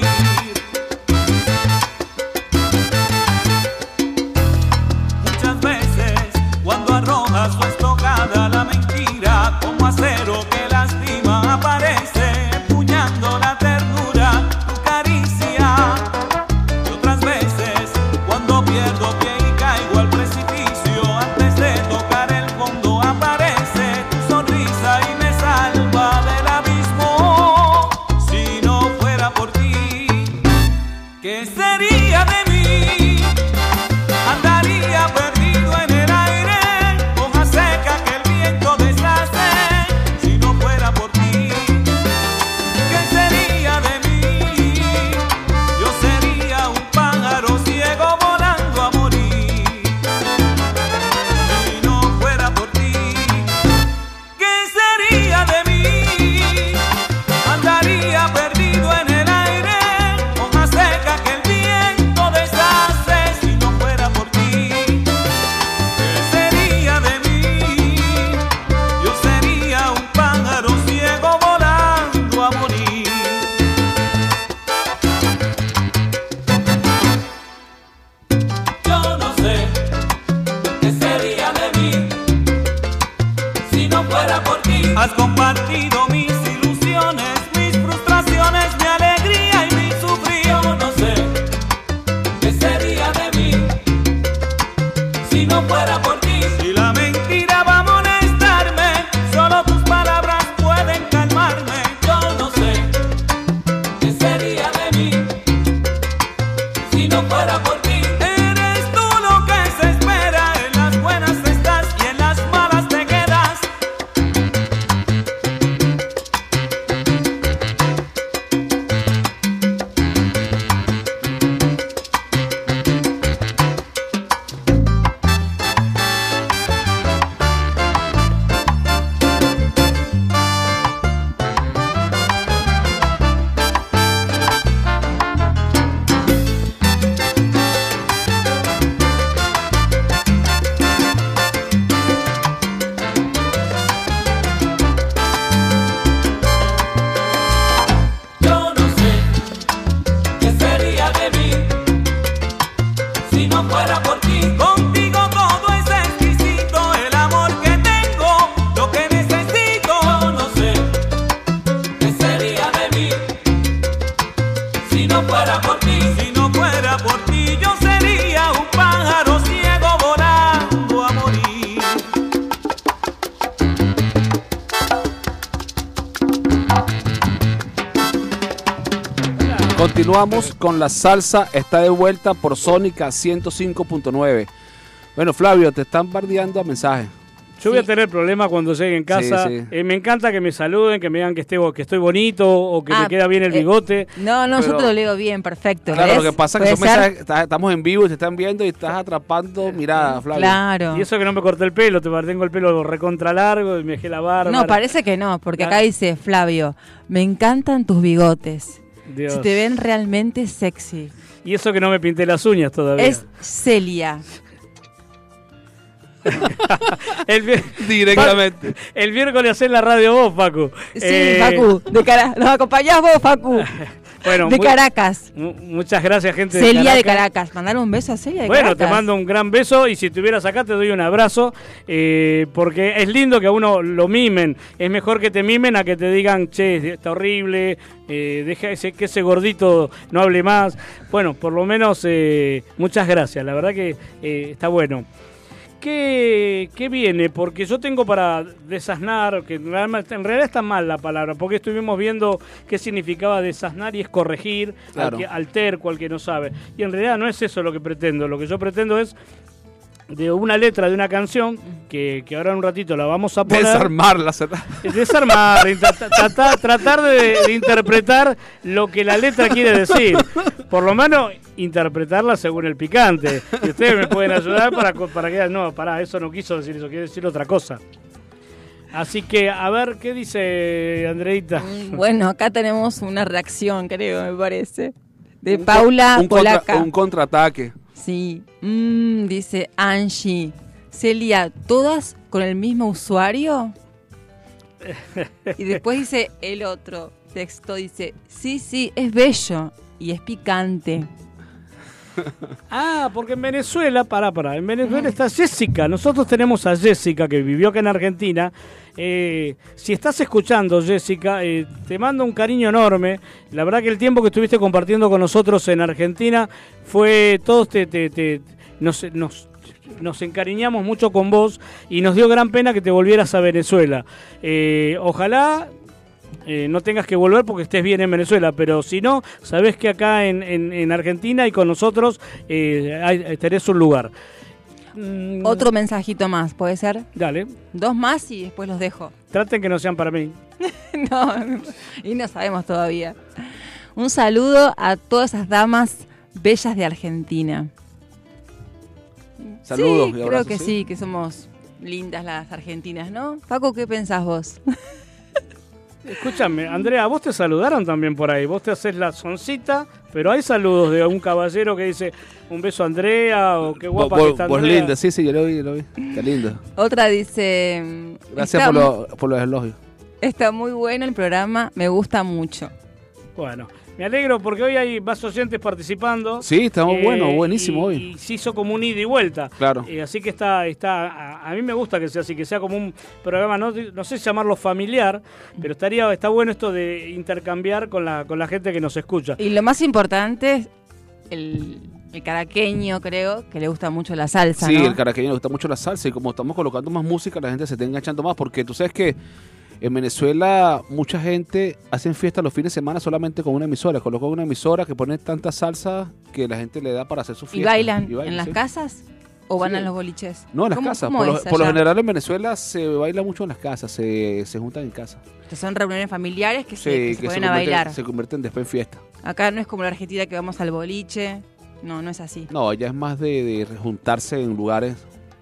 Muchas veces cuando arroja su estocada la mentira como acero que lastima aparece empuñando la ternura, tu caricia. Y otras veces cuando pierdo pie y caigo al precipicio antes de tocar el fondo aparece tu sonrisa y me salva del abismo. Si no fuera por ti, ¿qué sería de mí? Andaría perdido en el aire, hoja seca que el viento deshace. Si no fuera por ti, ¿qué sería de mí? Yo sería un pájaro ciego volando a morir. Si no fuera por ti, ¿qué sería de mí? Andaría perdido en el aire, hoja seca que el viento deshace. Si no fuera por ti, ¿qué sería de mí? Yo sería un pájaro ciego volando a morir. Yo no sé qué sería de mí si no fuera por ti. Has compartido mis ilusiones, mis frustraciones, mi alegría y mi sufrir. Yo no sé qué sería de mí si no fuera por ti. Si la mentira va a molestarme, solo tus palabras pueden calmarme. Yo no sé qué sería de mí si no fuera por ti. Eres tú lo que se espera, en las buenas estás y en las malas te quedas. Yo no sé qué sería de mí si no fuera por ti. Contigo todo es exquisito, el amor que tengo, lo que necesito. Yo no sé qué sería de mí si no fuera por ti. Si no fuera por ti, yo sería un pájaro ciego volando a morir. Continuamos con la salsa, está de vuelta por Sónica 105.9. Bueno, Flavio, te están bardeando a mensajes. Yo voy a tener problemas cuando llegue en casa. Sí. Me encanta que me saluden, que me digan que estoy bonito o que me queda bien el bigote. No, yo te lo leo bien, perfecto. Claro, ¿ves? lo que pasa es que son Puede ser- mensajes, estamos en vivo y te están viendo y estás atrapando miradas, Flavio. Claro. Y eso que no me corté el pelo, tengo el pelo recontra largo y me dejé la barba. No, parece que no, porque acá Claro. dice Flavio, me encantan tus bigotes. Dios. Se te ven realmente sexy. Y eso que no me pinté las uñas todavía. Es Celia. Directamente. El miércoles hacés la radio vos, Facu. Sí, Facu, de cara. Nos acompañás vos, Facu. Bueno, de Caracas. Muchas gracias, gente Celia de Caracas. Mandar un beso a Celia de Caracas. Bueno, te mando un gran beso y si estuvieras acá te doy un abrazo, porque es lindo que a uno lo mimen. Es mejor que te mimen a que te digan, che, está horrible, deja que ese gordito no hable más. Bueno, por lo menos muchas gracias, la verdad que está bueno. ¿Qué viene? Porque yo tengo para desasnar, que en realidad está mal la palabra, porque estuvimos viendo qué significaba desasnar y es corregir, claro, al terco, al que no sabe. Y en realidad no es eso lo que pretendo. Lo que yo pretendo es de una letra de una canción que ahora en un ratito la vamos a poner. Desarmarla. Tratar de interpretar lo que la letra quiere decir. Por lo menos interpretarla según el picante. Y ustedes me pueden ayudar para que no, eso no quiso decir eso, quiere decir otra cosa. Así que, a ver, ¿qué dice Andreita? Bueno, acá tenemos una reacción, creo, me parece. De Paula Polaca. Un contraataque. Sí, dice Angie. Celia, ¿todas con el mismo usuario? Y después dice el otro texto, dice, sí, es bello y es picante. Porque en Venezuela, en Venezuela está Jessica. Nosotros tenemos a Jessica que vivió acá en Argentina. Si estás escuchando, Jessica, te mando un cariño enorme. La verdad que el tiempo que estuviste compartiendo con nosotros en Argentina fue todos nos encariñamos mucho con vos y nos dio gran pena que te volvieras a Venezuela. Ojalá no tengas que volver porque estés bien en Venezuela, pero si no, sabés que acá en Argentina y con nosotros tenés un lugar. Otro mensajito más, ¿puede ser? Dale. 2 más y después los dejo. Traten que no sean para mí. No, y no sabemos todavía. Un saludo a todas esas damas bellas de Argentina. Saludos. Sí, creo que sí, que somos lindas las argentinas, ¿no? Paco, ¿qué pensás vos? Escúchame, Andrea, vos te saludaron también por ahí. Vos te haces la soncita, pero hay saludos de un caballero que dice un beso a Andrea o qué guapa que está Andrea. Vos linda, sí, yo lo vi. Está lindo. Otra dice... Gracias por los elogios. Está muy bueno el programa, me gusta mucho. Bueno, me alegro porque hoy hay más oyentes participando. Sí, está muy bueno, buenísimo hoy. Y se hizo como un ida y vuelta. Claro. Así que a mí me gusta que sea así, que sea como un programa, no sé llamarlo familiar, pero está bueno esto de intercambiar con la gente que nos escucha. Y lo más importante, el caraqueño, creo, que le gusta mucho la salsa, Sí, ¿no? el caraqueño le gusta mucho la salsa y como estamos colocando más música, la gente se está enganchando más porque tú sabes que en Venezuela mucha gente hacen fiesta los fines de semana solamente con una emisora. Colocan una emisora que pone tanta salsa que la gente le da para hacer su fiesta. ¿Y bailan en las casas o van a los boliches? No, en las casas. Por lo general en Venezuela se baila mucho en las casas, se juntan en casa. Que son reuniones familiares que se ponen a bailar. Se convierten después en fiesta. Acá no es como la Argentina que vamos al boliche. No es así. No, allá es más de juntarse en lugares.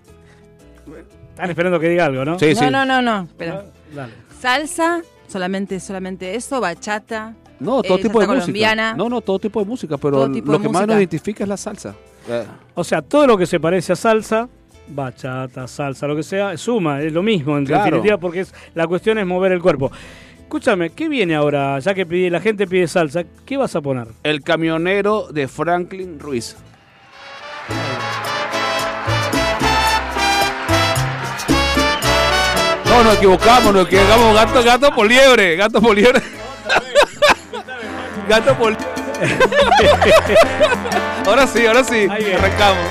Están esperando que diga algo, ¿no? Sí. No. Pero dale. Salsa, solamente eso, bachata. No, todo tipo de colombiana. música. No, todo tipo de música, pero lo que más nos identifica es la salsa. O sea, todo lo que se parece a salsa, bachata, salsa, lo que sea, suma, es lo mismo en definitiva, porque la cuestión es mover el cuerpo. Escúchame, ¿qué viene ahora? Ya que la gente pide salsa, ¿qué vas a poner? El camionero de Franklin Ruiz. No, nos equivocamos gato por liebre. Gato por liebre. Ahora sí, arrancamos.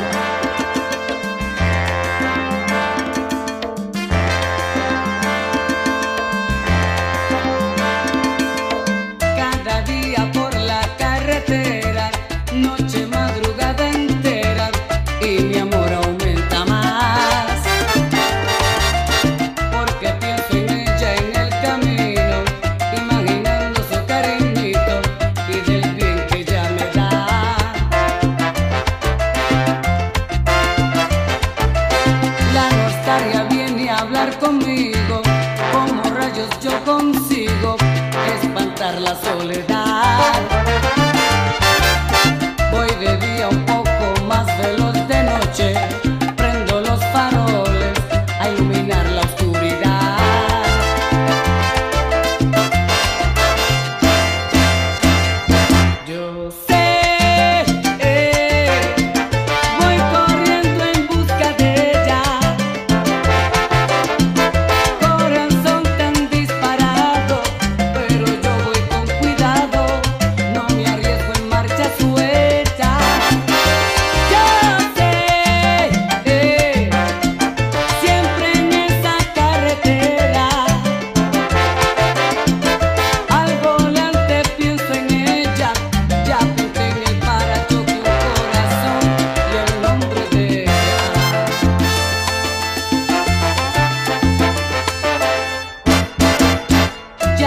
Cada día por la carretera, noche, madrugada entera, y mi amor aumenta más. Porque pienso en ella en el camino, imaginando su cariñito y del bien que ella me da.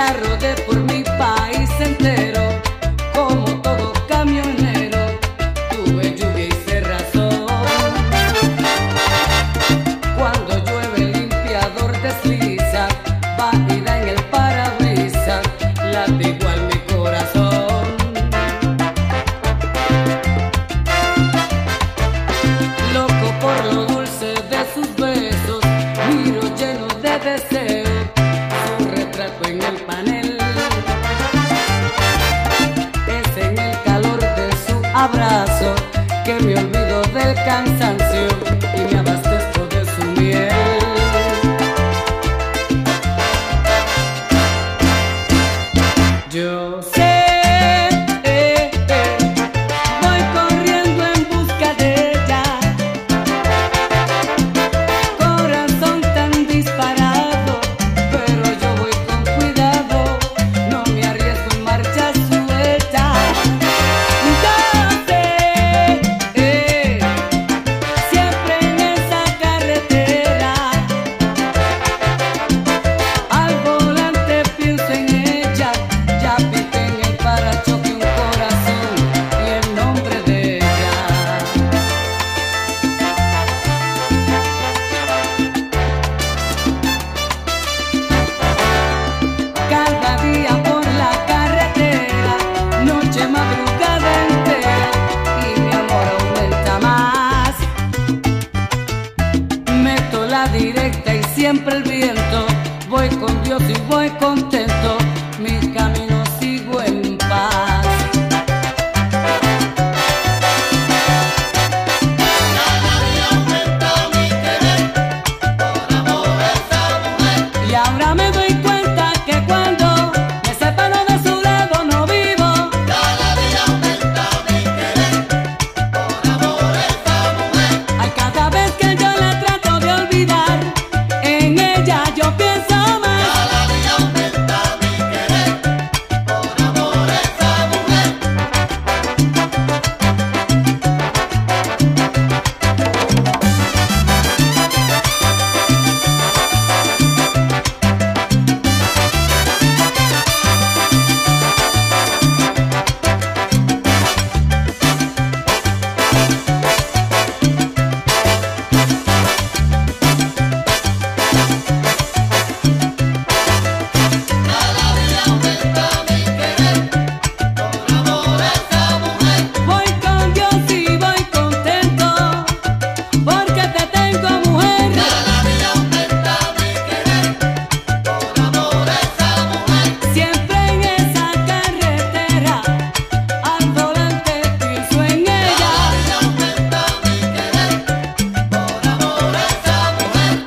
Ya rodé por mi país entero, como todo camionero, tuve lluvia y cerrazón. Cuando llueve el limpiador desliza, va y da en el parabrisas, late igual mi corazón. Loco por lo dulce de sus besos, miro lleno de deseo su retrato en el panel. Es en el calor de su abrazo que me olvido del cansancio y me abastezco de su miel. Yo sé, voy corriendo en busca de ella, corazón tan disparado, pero yo voy con cuidado, no me arriesgo en marcha suelta. Yo sé, siempre en esa carretera, al volante pienso en ella, ya pité en el parachoque un corazón y el nombre de ella. Cada día por la carretera, noche, madrugada entera, y mi amor aumenta más. Meto la directa y siempre el viento, voy con Dios y voy contento, mi camino sigo en paz. Y ahora me doy cuenta que cuando me separo de su lado no vivo. Cada día aumenta mi querer por amor a esta mujer. Ay, cada vez que yo la trato de olvidar, en ella yo pienso más. Cada día aumenta mi querer por amor a esta mujer. Voy con Dios y voy contento, porque te tengo mujer. Cada día aumenta mi querer por amor a esta mujer. Siempre en esa carretera, al volante pienso en ella. Cada día aumenta mi querer por amor a esta mujer.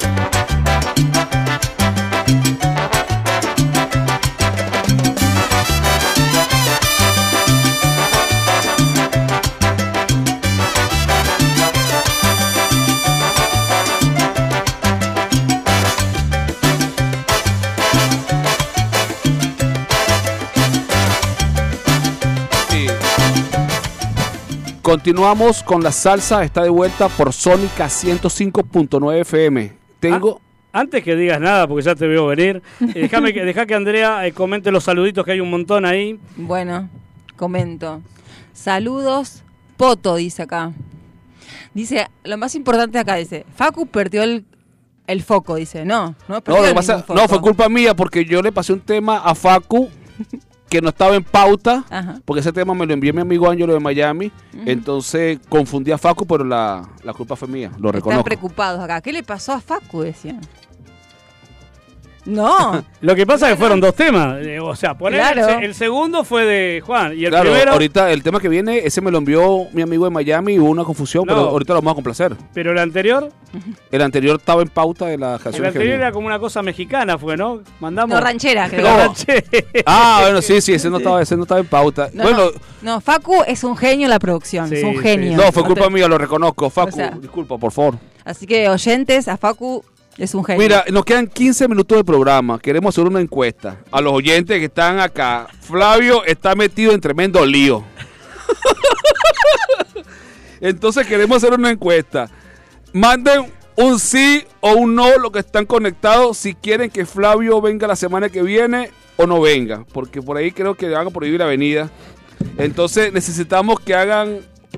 Sí. Continuamos con la salsa, está de vuelta por Sónica 105.9 FM. Tengo... Antes que digas nada, porque ya te veo venir, deja que Andrea comente los saluditos, que hay un montón ahí. Bueno, comento. Saludos, Poto, dice acá. Dice, lo más importante acá, dice, Facu perdió el foco, dice. No perdió lo que ningún pasa, foco. no, fue culpa mía porque yo le pasé un tema a Facu que no estaba en pauta, Ajá. porque ese tema me lo envió mi amigo Ángelo de Miami, entonces confundí a Facu, pero la culpa fue mía, lo Están reconozco. preocupados acá. ¿Qué le pasó a Facu? Decían. No. Lo que pasa es que fueron dos temas. O sea, Claro. el segundo fue de Juan y el Claro, primero. ahorita el tema que viene, ese me lo envió mi amigo de Miami y hubo una confusión, No. pero ahorita lo vamos a complacer. Pero el anterior. El anterior estaba en pauta de las El canciones que anterior venían. era como una cosa mexicana, fue, ¿no? Mandamos. No, ranchera, creo. No. Ranchera. Ah, bueno, sí, ese no estaba en pauta. No, bueno, no, Facu es un genio en la producción. Sí, es un sí. genio. no, fue culpa mía, lo reconozco. Facu, O sea, disculpa, por favor. Así que, oyentes, a Facu es un genio. Mira, nos quedan 15 minutos de programa. Queremos hacer una encuesta a los oyentes que están acá. Flavio está metido en tremendo lío. Entonces queremos hacer una encuesta. Manden un sí o un no lo que están conectados si quieren que Flavio venga la semana que viene o no venga, porque por ahí creo que van a prohibir la avenida. Entonces necesitamos que hagan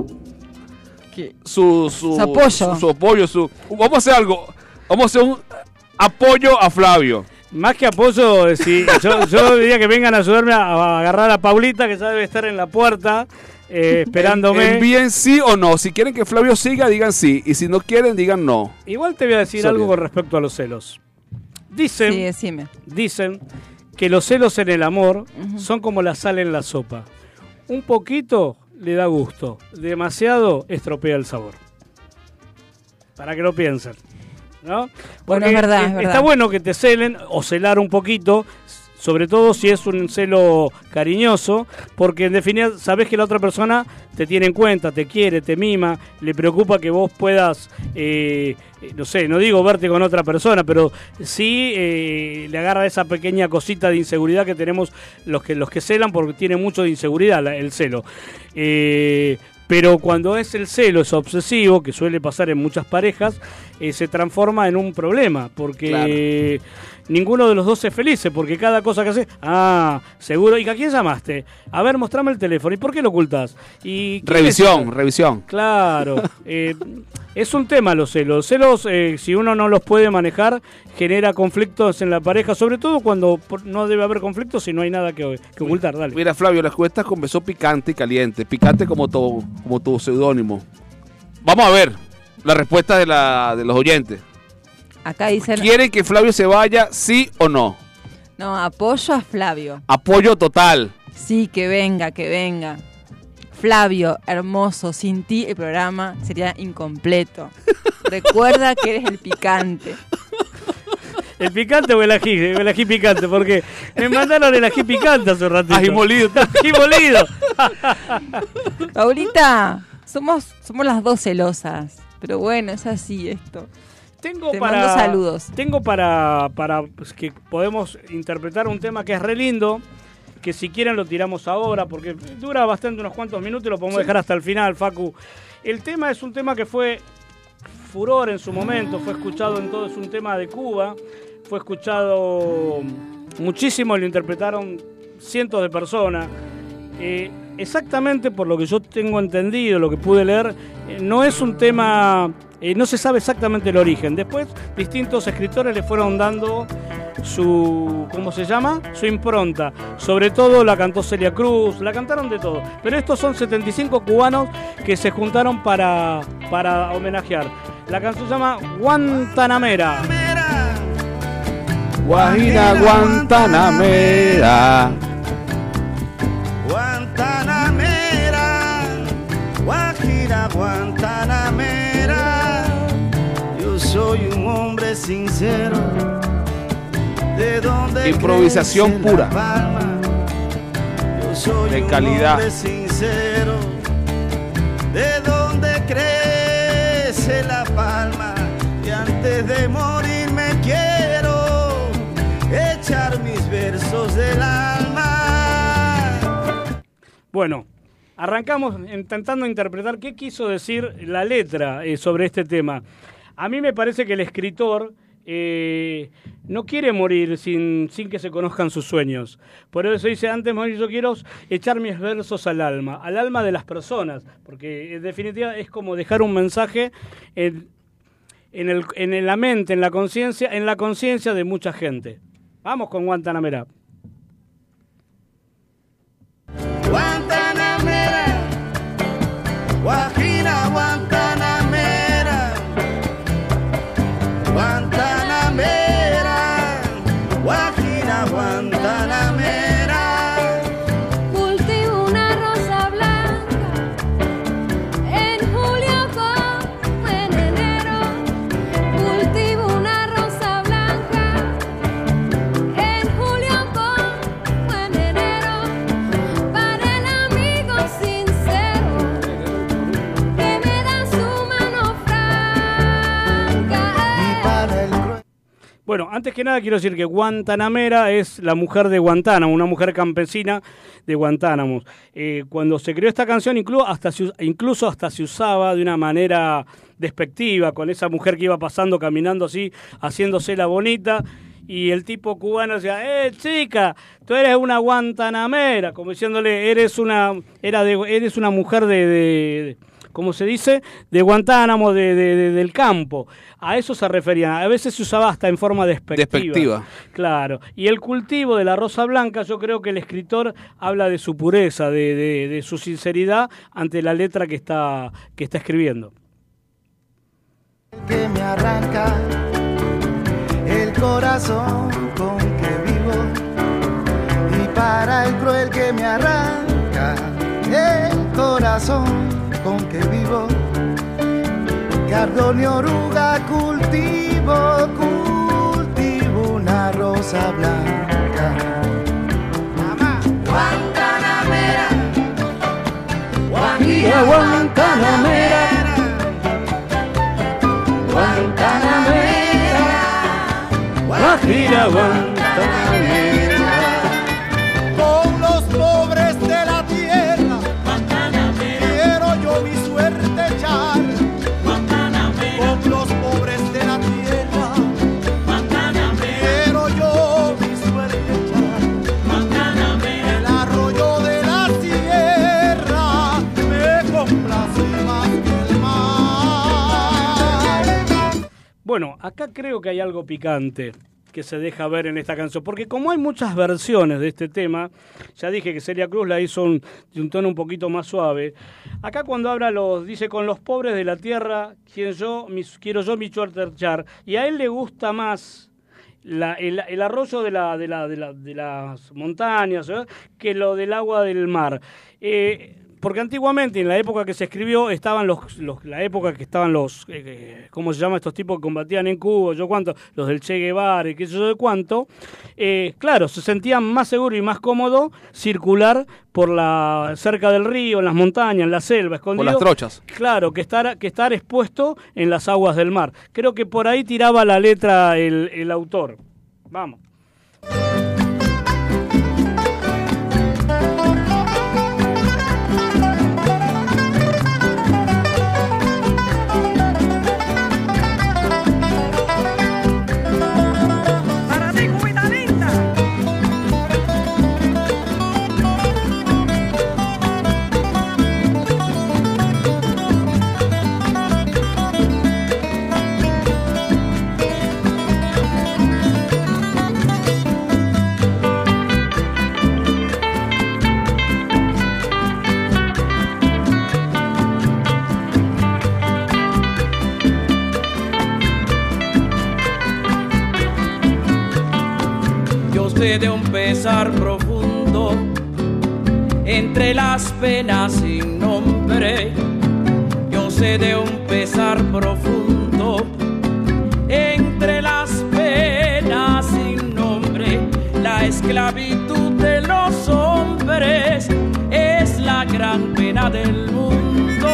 su apoyo. Su apoyo. Vamos a hacer algo. Vamos a hacer un apoyo a Flavio. Más que apoyo, yo diría que vengan a ayudarme a agarrar a Paulita, que ya debe estar en la puerta esperándome. Envíen sí o no. Si quieren que Flavio siga, digan sí. Y si no quieren, digan no. Igual te voy a decir algo con respecto a los celos. Dicen que los celos en el amor son como la sal en la sopa. Un poquito le da gusto, demasiado estropea el sabor. Para que lo piensen, ¿no? Bueno, es verdad. Está bueno que te celen o celar un poquito, sobre todo si es un celo cariñoso, porque en definitiva sabés que la otra persona te tiene en cuenta, te quiere, te mima, le preocupa que vos puedas, no sé, no digo verte con otra persona, pero sí le agarra esa pequeña cosita de inseguridad que tenemos los que celan, porque tiene mucho de inseguridad el celo. Pero cuando es el celo, es obsesivo, que suele pasar en muchas parejas, se transforma en un problema, porque ninguno de los dos es feliz, porque cada cosa que hace, seguro, ¿y a quién llamaste? A ver, mostrame el teléfono, ¿y por qué lo ocultás? Revisión. Claro, es un tema los celos. Los celos, si uno no los puede manejar, genera conflictos en la pareja, sobre todo cuando no debe haber conflictos si no hay nada que ocultar. Dale. Mira, Flavio, la encuesta comenzó picante y caliente. Picante como tu seudónimo. Vamos a ver la respuesta de los oyentes. Acá dicen... ¿Quieren que Flavio se vaya, sí o no? No, apoyo a Flavio. Apoyo total. Sí, que venga. Flavio, hermoso, sin ti el programa sería incompleto. Recuerda que eres el picante. ¿El picante o el ají picante? Porque me mandaron el ají picante hace un ratito. Ají molido. Ají molido. Paulita, somos las dos celosas. Pero bueno, es así esto. Mando saludos. Tengo para pues, que podemos interpretar un tema que es re lindo, que si quieren lo tiramos ahora, porque dura bastante, unos cuantos minutos, y lo podemos dejar hasta el final, Facu. El tema es un tema que fue furor en su momento, fue escuchado en todo, es un tema de Cuba, fue escuchado muchísimo, lo interpretaron cientos de personas. Exactamente por lo que yo tengo entendido, lo que pude leer, no es un tema, no se sabe exactamente el origen. Después distintos escritores le fueron dando su, ¿cómo se llama? Su impronta. Sobre todo la cantó Celia Cruz, la cantaron de todo. Pero estos son 75 cubanos que se juntaron para homenajear. La canción se llama Guantanamera. Guajira Guantanamera. Guantanamera, Guajira Guantanamera, yo soy un hombre sincero, de donde improvisación pura, yo soy de un calidad, hombre sincero, de donde crece la palma, y antes de morir me quiero echar mis versos del alma. Bueno, arrancamos intentando interpretar qué quiso decir la letra sobre este tema. A mí me parece que el escritor no quiere morir sin que se conozcan sus sueños. Por eso dice, antes de morir yo quiero echar mis versos al alma de las personas, porque en definitiva es como dejar un mensaje en la mente, en la conciencia de mucha gente. Vamos con Guantanamera. Guantanamera, Guajira Guantanamera, Guantanamera, Guajira Guantanamera. Cultivo una rosa blanca en julio como en enero. Cultivo una rosa blanca en julio como en enero. Para el amigo sincero que me da su mano franca. Bueno, Bueno, antes que nada quiero decir que Guantanamera es la mujer de Guantánamo, una mujer campesina de Guantánamo. Cuando se creó esta canción incluso hasta se usaba de una manera despectiva, con esa mujer que iba pasando, caminando así, haciéndose la bonita, y el tipo cubano decía, chica, tú eres una guantanamera, como diciéndole, eres una mujer de ¿cómo se dice? De Guantánamo, del campo. A eso se referían. A veces se usaba hasta en forma despectiva. Claro. Y el cultivo de la rosa blanca, yo creo que el escritor habla de su pureza, de su sinceridad ante la letra que está escribiendo. Que me arranca el corazón con que vivo, y para el cruel que me arranca el corazón con que vivo, cardón y oruga cultivo una rosa blanca. Mamá. Guantanamera, Guajira Guantanamera, Guantanamera, Guajira Guantanamera. Con los pobres de la tierra quiero yo mi suerte echar. Con los pobres de la tierra quiero yo mi suerte echar. El arroyo de la sierra me complace más que el mar. Bueno, acá creo que hay algo picante que se deja ver en esta canción, porque como hay muchas versiones de este tema, ya dije que Celia Cruz la hizo de un tono un poquito más suave. Acá cuando habla dice, con los pobres de la tierra quiero yo mi suerte echar, y a él le gusta más el arroyo de las montañas, ¿eh?, que lo del agua del mar. Porque antiguamente, en la época que se escribió, estaban la época que estaban ¿cómo se llama? Estos tipos que combatían en Cuba, los del Che Guevara y qué sé yo de cuánto. Claro, se sentían más seguros y más cómodos circular cerca del río, en las montañas, en la selva, escondido. Por las trochas. Claro, que estar expuesto en las aguas del mar. Creo que por ahí tiraba la letra el autor. Vamos. De un pesar profundo entre las penas sin nombre. Yo sé de un pesar profundo entre las penas sin nombre. La esclavitud de los hombres es la gran pena del mundo.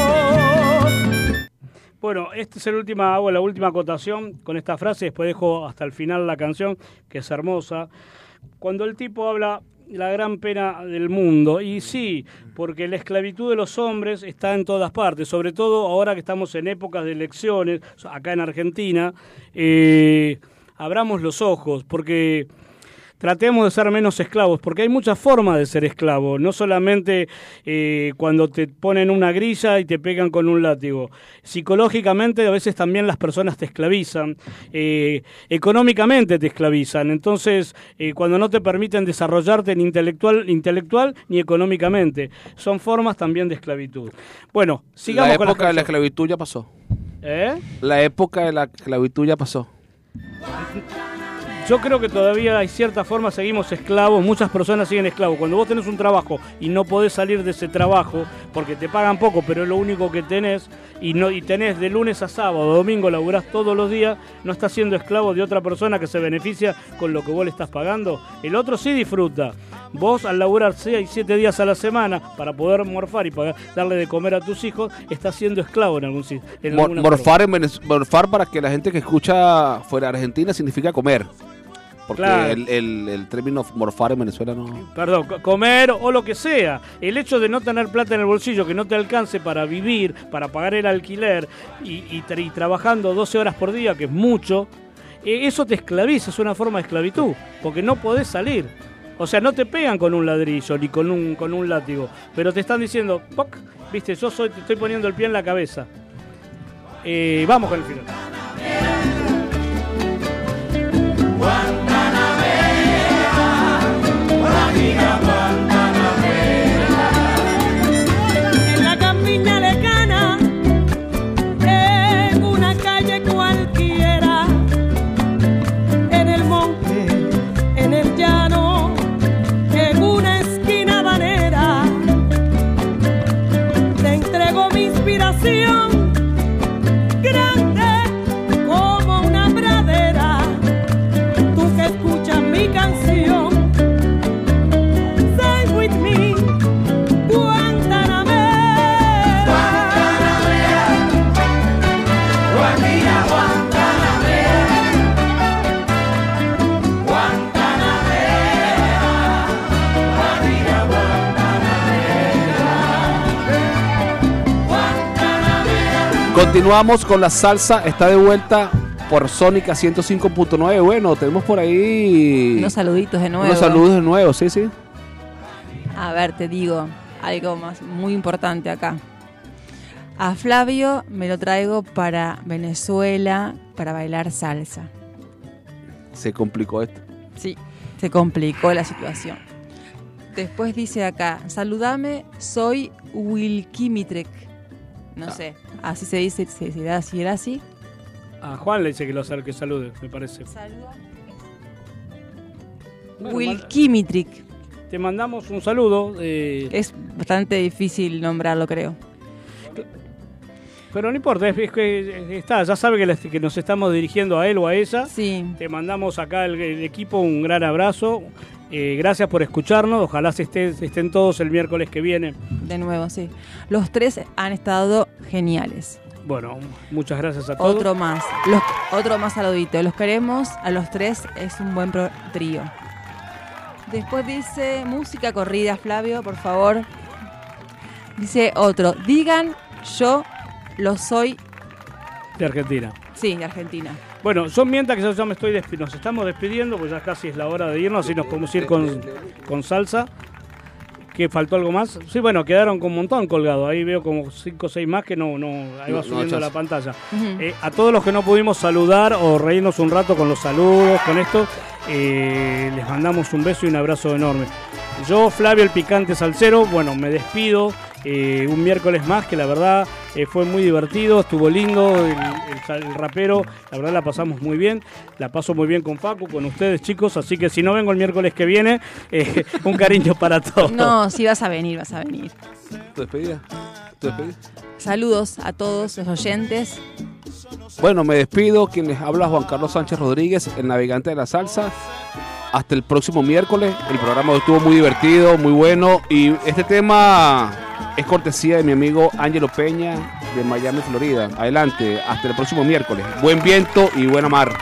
Bueno, esta es la última acotación con esta frase, después dejo hasta el final la canción, que es hermosa. Cuando el tipo habla la gran pena del mundo, y sí, porque la esclavitud de los hombres está en todas partes, sobre todo ahora que estamos en épocas de elecciones, acá en Argentina, abramos los ojos, porque tratemos de ser menos esclavos, porque hay muchas formas de ser esclavo, no solamente cuando te ponen una grilla y te pegan con un látigo. Psicológicamente a veces también las personas te esclavizan, económicamente te esclavizan, entonces cuando no te permiten desarrollarte ni intelectual ni económicamente, son formas también de esclavitud. Bueno, sigamos con la época de la esclavitud ya pasó. La época de la esclavitud ya pasó. Yo creo que todavía hay cierta forma, seguimos esclavos, muchas personas siguen esclavos. Cuando vos tenés un trabajo y no podés salir de ese trabajo porque te pagan poco, pero es lo único que tenés, y tenés de lunes a sábado, domingo, laburás todos los días, no estás siendo esclavo de otra persona que se beneficia con lo que vos le estás pagando. El otro sí disfruta, Vos al laburar 6 y 7 días a la semana para poder morfar y poder darle de comer a tus hijos, estás siendo esclavo en algún sitio. Morfar para que la gente que escucha fuera de Argentina significa comer. Porque Claro. el término morfar en Venezuela no... Perdón, comer o lo que sea. El hecho de no tener plata en el bolsillo, que no te alcance para vivir, para pagar el alquiler y trabajando 12 horas por día, que es mucho, eso te esclaviza, es una forma de esclavitud, porque no podés salir. O sea, no te pegan con un ladrillo ni con un látigo, pero te están diciendo, ¡poc! Viste, te estoy poniendo el pie en la cabeza. Vamos con el final. En la campiña lejana, en una calle cualquiera, en el monte, en el llano, en una esquina habanera, te entrego mi inspiración, grande como una pradera, tú que escuchas mi canción. Sing with me, Guantanamera. Guajira, Guantanamera. Guantanamera. Guajira, Guantanamera. Continuamos con la salsa, está de vuelta por Sónica 105.9. Bueno, tenemos por ahí... Unos saluditos de nuevo. Unos saludos de nuevo, sí, sí. A ver, te digo algo más muy importante acá. A Flavio me lo traigo para Venezuela, para bailar salsa. Se complicó esto. Sí, se complicó la situación. Después dice acá, saludame, soy Wilkimitrek. No sé, así se dice, si era así. A Juan le dice que salude, me parece. Bueno, Wilkimitrek. Te mandamos un saludo. Es bastante difícil nombrarlo, creo. Pero no importa, es que está, ya sabe que nos estamos dirigiendo a él o a ella. Sí. Te mandamos acá el equipo un gran abrazo. Gracias por escucharnos. Ojalá estén todos el miércoles que viene. De nuevo, sí. Los tres han estado geniales. Bueno, muchas gracias a todos. Otro más saludito. Los queremos a los tres, es un buen trío. Después dice, música corrida, Flavio, por favor. Dice otro, digan yo lo soy. De Argentina. Sí, de Argentina. Bueno, yo mientras que ya nos estamos despidiendo, pues ya casi es la hora de irnos, así nos podemos ir con salsa. ¿Que faltó algo más? Sí, bueno, quedaron con un montón colgados. Ahí veo como 5 o 6 más que ahí va subiendo la pantalla. A todos los que no pudimos saludar o reírnos un rato con los saludos, con esto, les mandamos un beso y un abrazo enorme. Yo, Flavio el Picante Salsero, bueno, me despido. Un miércoles más que la verdad fue muy divertido, estuvo lindo el rapero, la verdad la pasamos muy bien, la paso muy bien con Facu, con ustedes chicos, así que si no vengo el miércoles que viene, un cariño para todos. No, sí vas a venir. ¿Tu despedida? Saludos a todos los oyentes. Bueno, me despido, quien les habla Juan Carlos Sánchez Rodríguez, el navegante de la salsa. Hasta el próximo miércoles, el programa estuvo muy divertido, muy bueno, y este tema es cortesía de mi amigo Ángelo Peña de Miami, Florida. Adelante, hasta el próximo miércoles. Buen viento y buena mar.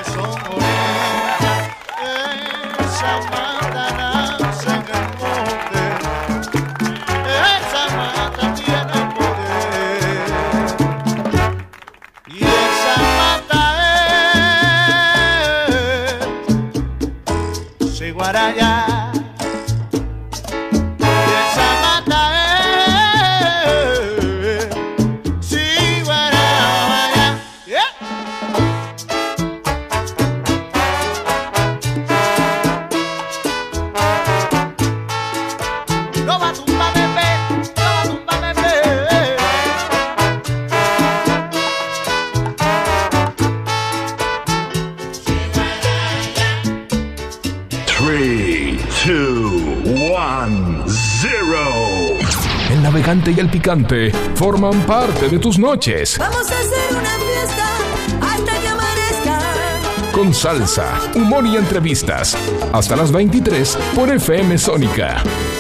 Guaraya, y esa mata sí, guaraya, no va a tumbar bebé, no va a tumbar bebé. 3, 2, 1, 0. El navegante y el picante forman parte de tus noches. Vamos a hacer una fiesta hasta que amanezca. con salsa, humor y entrevistas. Hasta las 23 por FM Sónica.